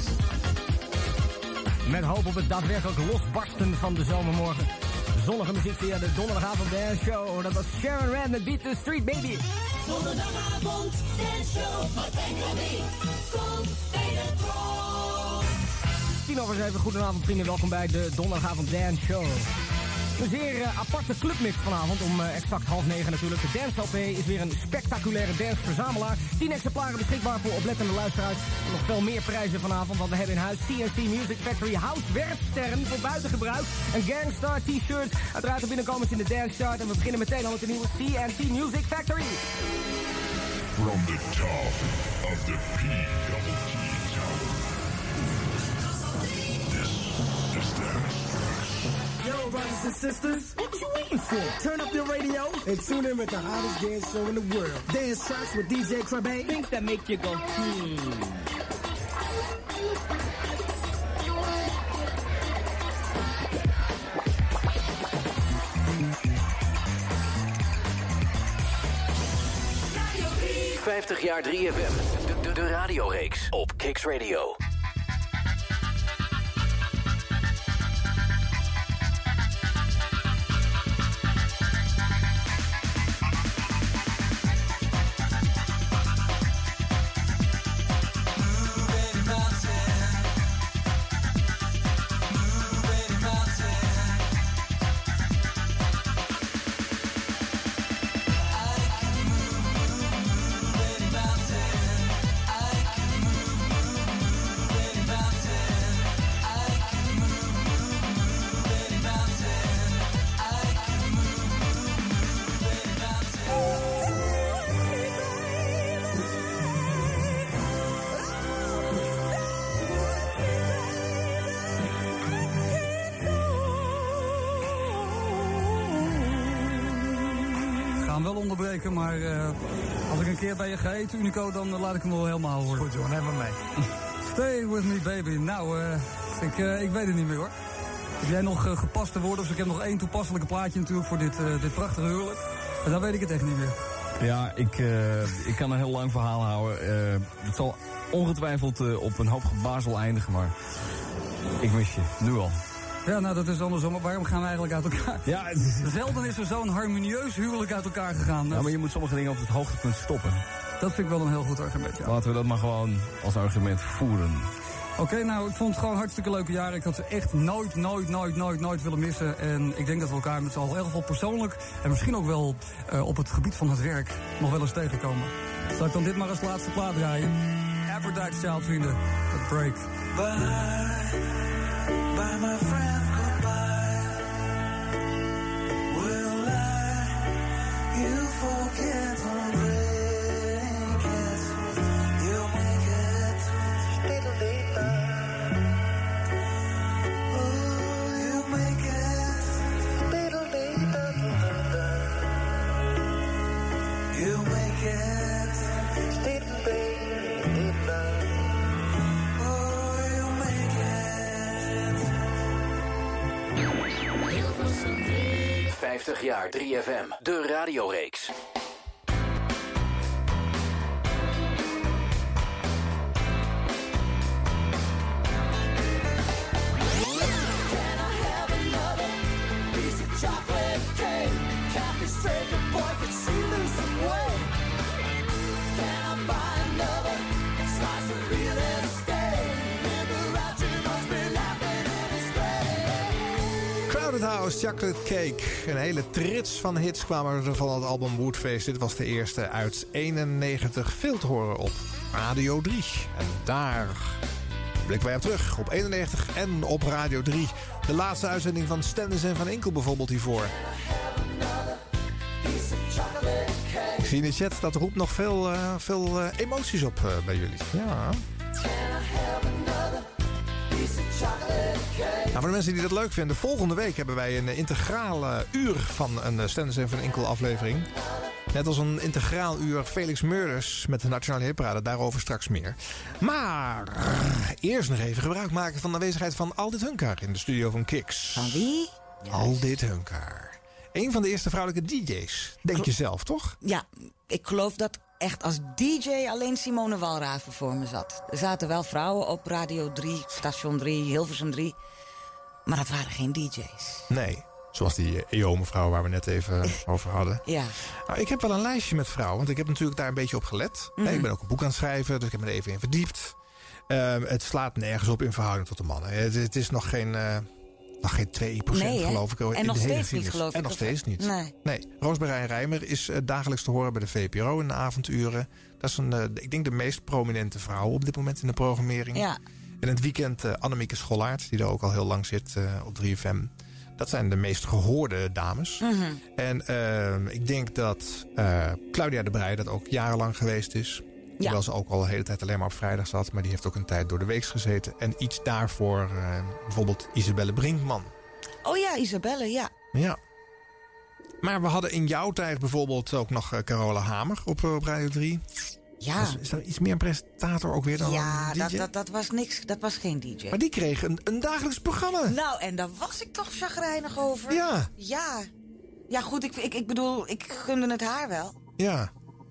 Met hoop op het daadwerkelijk losbarsten van de zomermorgen. Zonnige muziek via de donderdagavond Dance Show. Dat was Sharon Rand met Beat the Street Baby. Donderdagavond Dance Show. Martijn Krabbe. Kom bij de tron. tien over zeven, goedenavond vrienden, welkom bij de donderdagavond Dance Show. Een zeer uh, aparte clubmix vanavond, om uh, exact half negen natuurlijk. De Dance L P is weer een spectaculaire danceverzamelaar. tien exemplaren beschikbaar voor oplettende luisteraars. En nog veel meer prijzen vanavond, want we hebben in huis C N C Music Factory House werpsterren voor buitengebruik. En Gangstar t-shirts, uiteraard de binnenkomers in de Dance Chart. En we beginnen meteen al met de nieuwe C N C Music Factory. From the top of the P double T Tower. Yo, brothers and sisters, what you waiting for? Turn up your radio and tune in with the hottest dance show in the world. Dance Tracks with D J Krabbe. Things that make you go, hmm. vijftig jaar drie F M. De, de, de radioreeks op Kicks Radio. Maar uh, als ik een keer bij je ga eten, Unico, dan uh, laat ik hem wel helemaal horen. Goed joh, neem maar mee. Stay with me baby. Nou, uh, ik, uh, ik weet het niet meer hoor. Heb jij nog uh, gepaste woorden? Dus ik heb nog één toepasselijke plaatje natuurlijk voor dit, uh, dit prachtige huwelijk. En dan weet ik het echt niet meer. Ja, ik, uh, ik kan een heel lang verhaal houden. Uh, het zal ongetwijfeld uh, op een hoop gebazel eindigen, maar ik mis je, nu al. Ja, nou dat is andersom. Waarom gaan we eigenlijk uit elkaar? Ja, het is... Zelden is er zo'n harmonieus huwelijk uit elkaar gegaan. Dus... Ja, maar je moet sommige dingen op het hoogtepunt stoppen. Dat vind ik wel een heel goed argument, ja. Laten we dat maar gewoon als argument voeren. Oké, okay, nou, ik vond het gewoon hartstikke leuke jaren. Ik had ze echt nooit, nooit, nooit, nooit, nooit willen missen. En ik denk dat we elkaar met z'n allen heel veel persoonlijk... en misschien ook wel uh, op het gebied van het werk nog wel eens tegenkomen. Zal ik dan dit maar als laatste plaat draaien? Aphrodite Child, vrienden. Het break. Bye, bye my friend, goodbye. Will I, you forget or break it? You make it, little later. Oh, you make it, little later. You make it, little later. vijftig jaar drie F M, de radioreeks. House, Chocolate Cake. Een hele trits van hits kwamen er van het album Woodface. Dit was de eerste uit eenennegentig, veel te horen op Radio drie. En daar blikken wij op terug, op eenennegentig en op Radio drie. De laatste uitzending van Stennis en Van Inkel bijvoorbeeld hiervoor. Ik zie in de chat, dat roept nog veel, uh, veel uh, emoties op uh, bij jullie. Ja. Nou, voor de mensen die dat leuk vinden, volgende week hebben wij een integrale uur van een Stennis en Van Inkel aflevering. Net als een integraal uur Felix Murders met de Nationale Hitparade, daarover straks meer. Maar eerst nog even gebruik maken van de aanwezigheid van Aldit Hunkar in de studio van Kicks. Van wie? Aldit Hunkar. Een van de eerste vrouwelijke D J's, denk Klo- je zelf, toch? Ja, ik geloof dat echt als D J alleen Simone Walraven voor me zat. Er zaten wel vrouwen op Radio drie, Station drie, Hilversum drie. Maar dat waren geen D J's. Nee, zoals die E O-mevrouw waar we net even over hadden. Ja. Nou, ik heb wel een lijstje met vrouwen, want ik heb natuurlijk daar een beetje op gelet. Mm-hmm. Nee, ik ben ook een boek aan het schrijven, dus ik heb me er even in verdiept. Uh, het slaat nergens op in verhouding tot de mannen. Het, het is nog geen... Uh, Nog geen twee procent, nee, geloof ik. En in nog de hele steeds niet, geloof ik. En nog steeds niet. Nee. nee. Roosmarijn Rijmer is uh, dagelijks te horen bij de V P R O in de avonduren. Dat is een, uh, ik denk de meest prominente vrouw op dit moment in de programmering. Ja. En in het weekend uh, Annemieke Schollaert, die er ook al heel lang zit uh, op drie F M. Dat zijn de meest gehoorde dames. Mm-hmm. En uh, ik denk dat uh, Claudia de Breij dat ook jarenlang geweest is. Ja. Terwijl ze ook al de hele tijd alleen maar op vrijdag zat. Maar die heeft ook een tijd door de week gezeten. En iets daarvoor uh, bijvoorbeeld Isabelle Brinkman. Oh ja, Isabelle, ja. Ja. Maar we hadden in jouw tijd bijvoorbeeld ook nog uh, Carola Hamer op, uh, op Radio drie. Ja. Dus is dat iets meer een presentator ook weer dan ja, een D J? Ja, dat, dat, dat was niks. Dat was geen D J. Maar die kreeg een, een dagelijks programma. Nou, en daar was ik toch chagrijnig over. Ja. Ja. Ja, goed, ik, ik, ik bedoel, ik gunde het haar wel. Ja.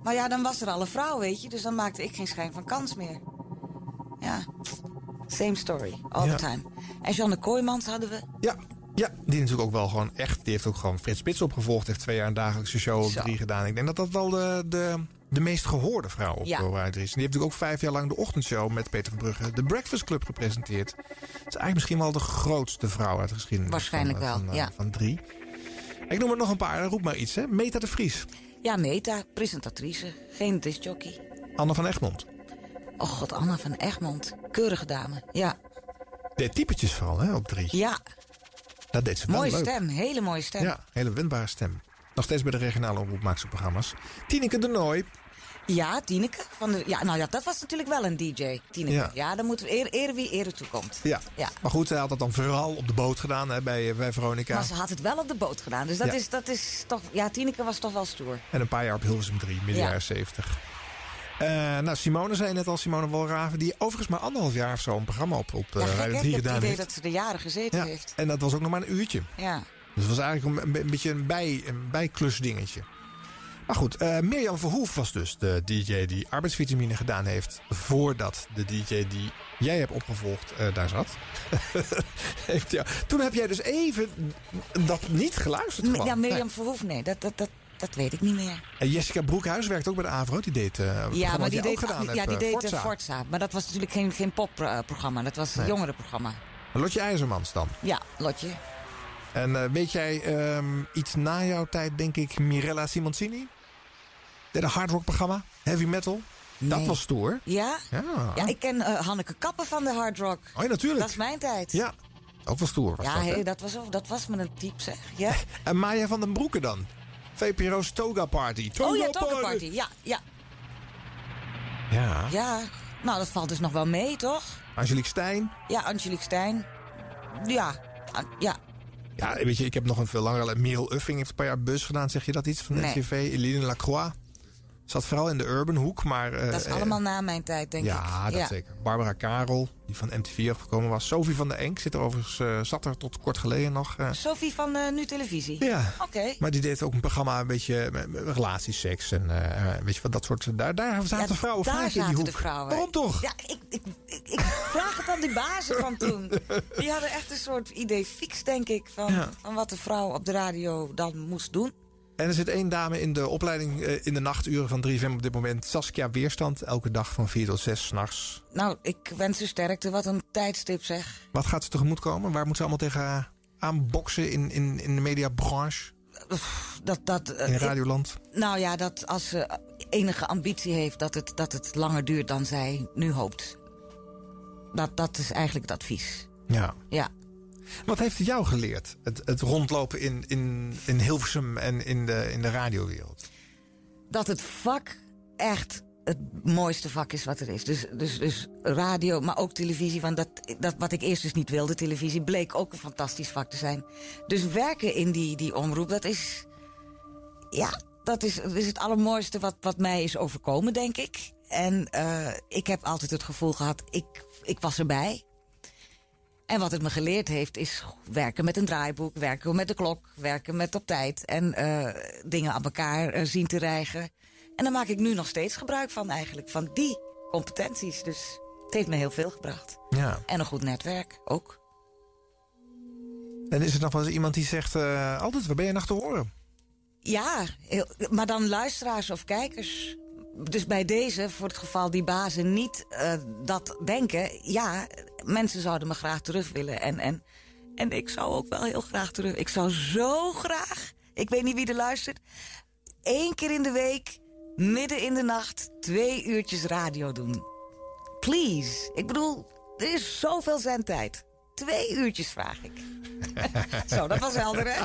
Maar ja, dan was er al een vrouw, weet je. Dus dan maakte ik geen schijn van kans meer. Ja, same story, all Ja. the time. En Jeanne Kooijmans hadden we. Ja, ja, die natuurlijk ook wel gewoon echt... Die heeft ook gewoon Frits Spits opgevolgd. Heeft twee jaar een dagelijkse show op Zo. drie gedaan. Ik denk dat dat wel de, de, de meest gehoorde vrouw op Ja. Radio drie is. En die heeft natuurlijk ook vijf jaar lang de ochtendshow met Peter van Brugge... de Breakfast Club gepresenteerd. Het is eigenlijk misschien wel de grootste vrouw uit de geschiedenis. Waarschijnlijk van, wel, van, eh, ja. Van drie. Ik noem er nog een paar, roep maar iets, hè. Meta de Vries. Ja, Meta, presentatrice, geen discjockey. Anne van Egmond. Oh god, Anna van Egmond. Keurige dame, ja. Deed typetjes vooral, hè, op drie. Ja, Dat deed ze wel mooie leuk. stem, hele mooie stem. Ja, hele wendbare stem. Nog steeds bij de regionale omroep maakt ze programma's. Tineke de Nooi. Ja, Tineke. Van de, ja, nou ja, dat was natuurlijk wel een D J, Tineke. Ja. Ja, dan moeten we eer, eer wie ere toekomt. Ja. Ja. Maar goed, zij had dat dan vooral op de boot gedaan hè, bij, bij Veronica. Maar ze had het wel op de boot gedaan. Dus dat, Ja. is, dat is toch... Ja, Tineke was toch wel stoer. En een paar jaar op Hilversum drie, midden Ja. jaren zeventig. Uh, nou, Simone zei net al, Simone Walraven... die overigens maar anderhalf jaar of zo een programma op, op uh, Ja, gek, Radio hè? drie Ik heb het gedaan idee heeft. dat ze er jaren gezeten Ja. heeft. En dat was ook nog maar een uurtje. Ja. Dus het was eigenlijk een, een beetje een, bij, een bijklusdingetje. Maar goed, uh, Mirjam Verhoef was dus de D J die arbeidsvitamine gedaan heeft... voordat de D J die jij hebt opgevolgd uh, daar zat. heeft, ja. Toen heb jij dus even dat niet geluisterd gewoon. Ja, Mirjam Nee. Verhoef, nee, dat, dat, dat, dat weet ik niet meer. En Jessica Broekhuis werkt ook bij de AVRO. Die deed uh, het Ja, maar die ook deed, gedaan ja, hebt, die uh, deed Forza. Forza. Forza. Maar dat was natuurlijk geen, geen popprogramma. Dat was een Nee. jongerenprogramma. Lotje IJzermans dan. Ja, Lotje. En uh, weet jij um, iets na jouw tijd, denk ik, Mirella Simoncini? Deed een hardrock-programma, heavy metal. Nee. Dat was stoer. Ja? Ja, Ja, ik ken uh, Hanneke Kappen van de Hard Rock. Oh ja, natuurlijk. Dat is mijn tijd. Ja, ook wel stoer was ja, dat, hè? hey, dat, was, dat was me een type, zeg. Ja. En Maya van den Broeke dan? V P R O's Toga Party. Toga Oh ja, Toga Party. Ja, ja. Ja. Ja, nou dat valt dus nog wel mee, toch? Angelique Stijn. Ja, Angelique Stijn. Ja, ah, ja. Ja, weet je, ik heb nog een veel langere... Merel Uffing heeft een paar jaar bus gedaan. Zeg je dat iets van de Nee. N C V? Eline Lacroix. Zat vooral in de urban hoek, maar... Uh, Dat is allemaal na mijn tijd, denk ja, ik. Ja, dat ja. zeker. Barbara Karel, die van M T V afgekomen was. Sophie van der Enk zit er overigens, uh, zat er tot kort geleden nog. Uh, Sophie van uh, Nu Televisie? Ja. Oké. Okay. Maar die deed ook een programma een beetje met, met relatieseks en uh, weet je wat, dat soort... Daar, daar zaten ja, vrouwen daar vaak in die hoek. De vrouwen. Waarom toch? Ja, ik, ik, ik, ik vraag het aan die bazen van toen. Die hadden echt een soort idee fix, denk ik, van, Ja. van wat de vrouw op de radio dan moest doen. En er zit één dame in de opleiding uh, in de nachturen van drie F M op dit moment. Saskia Weerstand, elke dag van vier tot zes 's nachts. Nou, ik wens u sterkte. Wat een tijdstip, zeg. Wat gaat ze tegemoet komen? Waar moet ze allemaal tegen aanboksen in, in, in de mediabranche? Dat, dat, uh, in Radioland? Ik, nou ja, dat als ze enige ambitie heeft... dat het, dat het langer duurt dan zij nu hoopt. Dat, dat is eigenlijk het advies. Ja. Ja. Wat heeft het jou geleerd? Het, het rondlopen in, in, in Hilversum en in de, in de radiowereld? Dat het vak echt het mooiste vak is wat er is. Dus, dus, dus radio, maar ook televisie. Want dat, dat, wat ik eerst dus niet wilde, televisie, bleek ook een fantastisch vak te zijn. Dus werken in die, die omroep, dat is... Ja, dat is, dat is het allermooiste wat, wat mij is overkomen, denk ik. En uh, ik heb altijd het gevoel gehad, ik, ik was erbij. En wat het me geleerd heeft, is werken met een draaiboek, werken met de klok, werken met op tijd en uh, dingen aan elkaar uh, zien te rijgen. En daar maak ik nu nog steeds gebruik van eigenlijk, van die competenties. Dus het heeft me heel veel gebracht. Ja. En een goed netwerk ook. En is er nog wel eens iemand die zegt, uh, altijd, waar ben je nog te horen? Ja, heel, maar dan luisteraars of kijkers. Dus bij deze, voor het geval die bazen niet uh, dat denken... ja, mensen zouden me graag terug willen. En, en, en ik zou ook wel heel graag terug. Ik zou zo graag, ik weet niet wie er luistert... één keer in de week, midden in de nacht... twee uurtjes radio doen. Please. Ik bedoel, er is zoveel zendtijd. Twee uurtjes vraag ik. Zo, dat was helder, hè?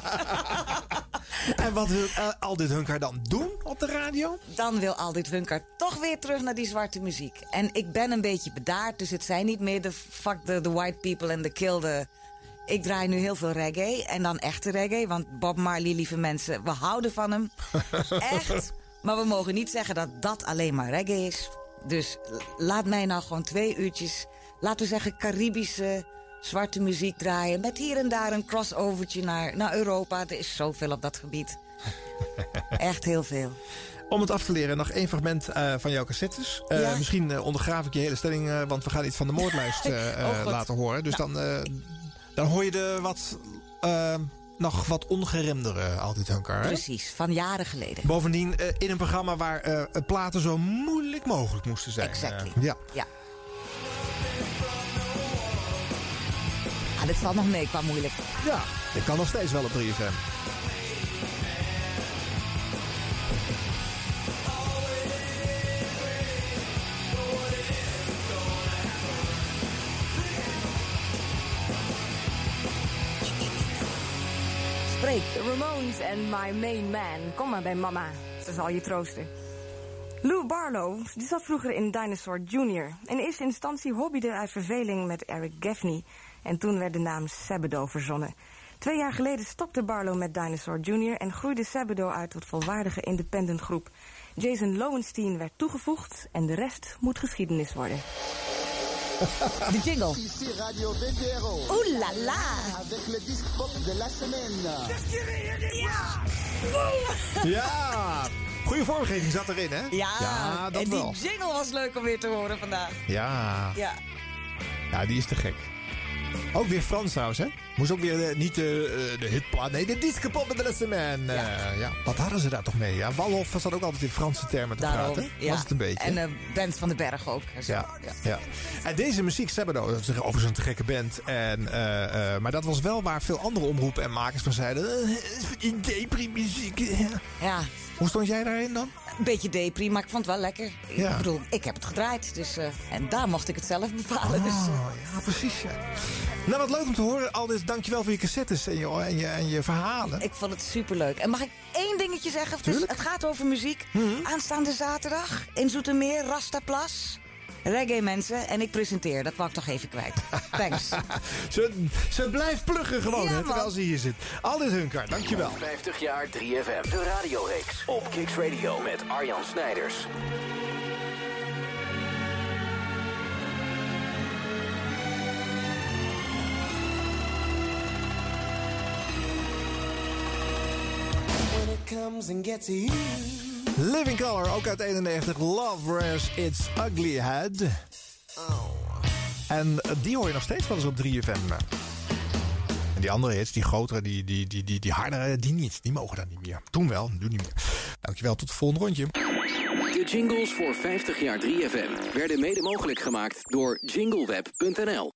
En wat wil uh, Aldit Hunkar dan doen op de radio? Dan wil Aldit Hunkar toch weer terug naar die zwarte muziek. En ik ben een beetje bedaard, dus het zijn niet meer de fuck the, the white people and the kill the... Ik draai nu heel veel reggae en dan echte reggae. Want Bob Marley, lieve mensen, we houden van hem. Echt. Maar we mogen niet zeggen dat dat alleen maar reggae is. Dus laat mij nou gewoon twee uurtjes, laten we zeggen, Caribische... zwarte muziek draaien... met hier en daar een crossovertje naar, naar Europa. Er is zoveel op dat gebied. Echt heel veel. Om het af te leren, nog één fragment uh, van jouw cassettes. Uh, ja. Misschien uh, ondergraaf ik je hele stelling, uh, want we gaan iets van de moordlijst uh, oh, laten horen. Dus nou. dan, uh, dan hoor je de wat... Uh, nog wat ongeremdere Aldit Hunkar. Precies, van jaren geleden. Bovendien uh, in een programma waar uh, platen zo moeilijk mogelijk moesten zijn. Exactly. Uh, ja. ja. Ah, dit valt nog mee qua moeilijk. Ja, dit kan nog steeds wel op drie F M. The Ramones en My Main Man. Kom maar bij mama, ze zal je troosten. Lou Barlow die zat vroeger in Dinosaur junior In eerste instantie hobbyde uit verveling met Eric Gaffney. En toen werd de naam Sabado verzonnen. Twee jaar geleden stopte Barlow met Dinosaur junior en groeide Sabado uit tot volwaardige independent groep. Jason Lowenstein werd toegevoegd en de rest moet geschiedenis worden. De jingle. Ici Radio V T R O. Oeh la la. Avec le disque pop de la semaine. Ja. Ja. Goeie vormgeving zat erin, hè? Ja, ja dat en die wel. jingle was leuk om weer te horen vandaag. Ja. Ja. Ja, die is te gek. Ook weer Frans trouwens, hè? Moest ook weer uh, niet de, uh, de hitplaat. Nee, de disque pop met de laatste man. Uh, ja. ja. Wat hadden ze daar toch mee? Ja, Walhoff zat ook altijd in Franse termen te Daarom, praten. Ja. Was het een beetje. En uh, Bent van den Berg ook. Ja, ja. ja. En deze muziek, Sabado, dat is overigens een te gekke band. En, uh, uh, maar dat was wel waar veel andere omroepen en makers van zeiden... Uh, depri muziek. Ja. Hoe stond jij daarin dan? Een beetje depri, maar ik vond het wel lekker. Ja. Ik bedoel, ik heb het gedraaid. Dus, uh, en daar mocht ik het zelf bepalen. Oh, dus, uh. ja, precies. Ja. Nou, wat leuk om te horen. Aldis, dankjewel voor je cassettes en je, en je, en je verhalen. Ik vond het superleuk. En mag ik één dingetje zeggen? Dus het gaat over muziek. Mm-hmm. Aanstaande zaterdag in Zoetermeer, Rastaplas. Reggae mensen en ik presenteer. Dat wou ik toch even kwijt. Thanks. ze, ze blijft pluggen gewoon, ja, hè, terwijl ze hier zit. Aldis Hunkar, dankjewel. vijftig jaar drie F M. De radioreeks op Kicks Radio met Arjan Snijders. Comes and gets you. Living Color, ook uit eenennegentig. Love Wears Its Ugly Head. Oh. En die hoor je nog steeds wel eens op drie F M. En die andere hits, die grotere, die, die, die, die, die hardere, die niet. Die mogen dan niet meer. Toen wel, nu niet meer. Dankjewel, tot het volgende rondje. De jingles voor vijftig jaar drie F M werden mede mogelijk gemaakt door jingleweb punt n l.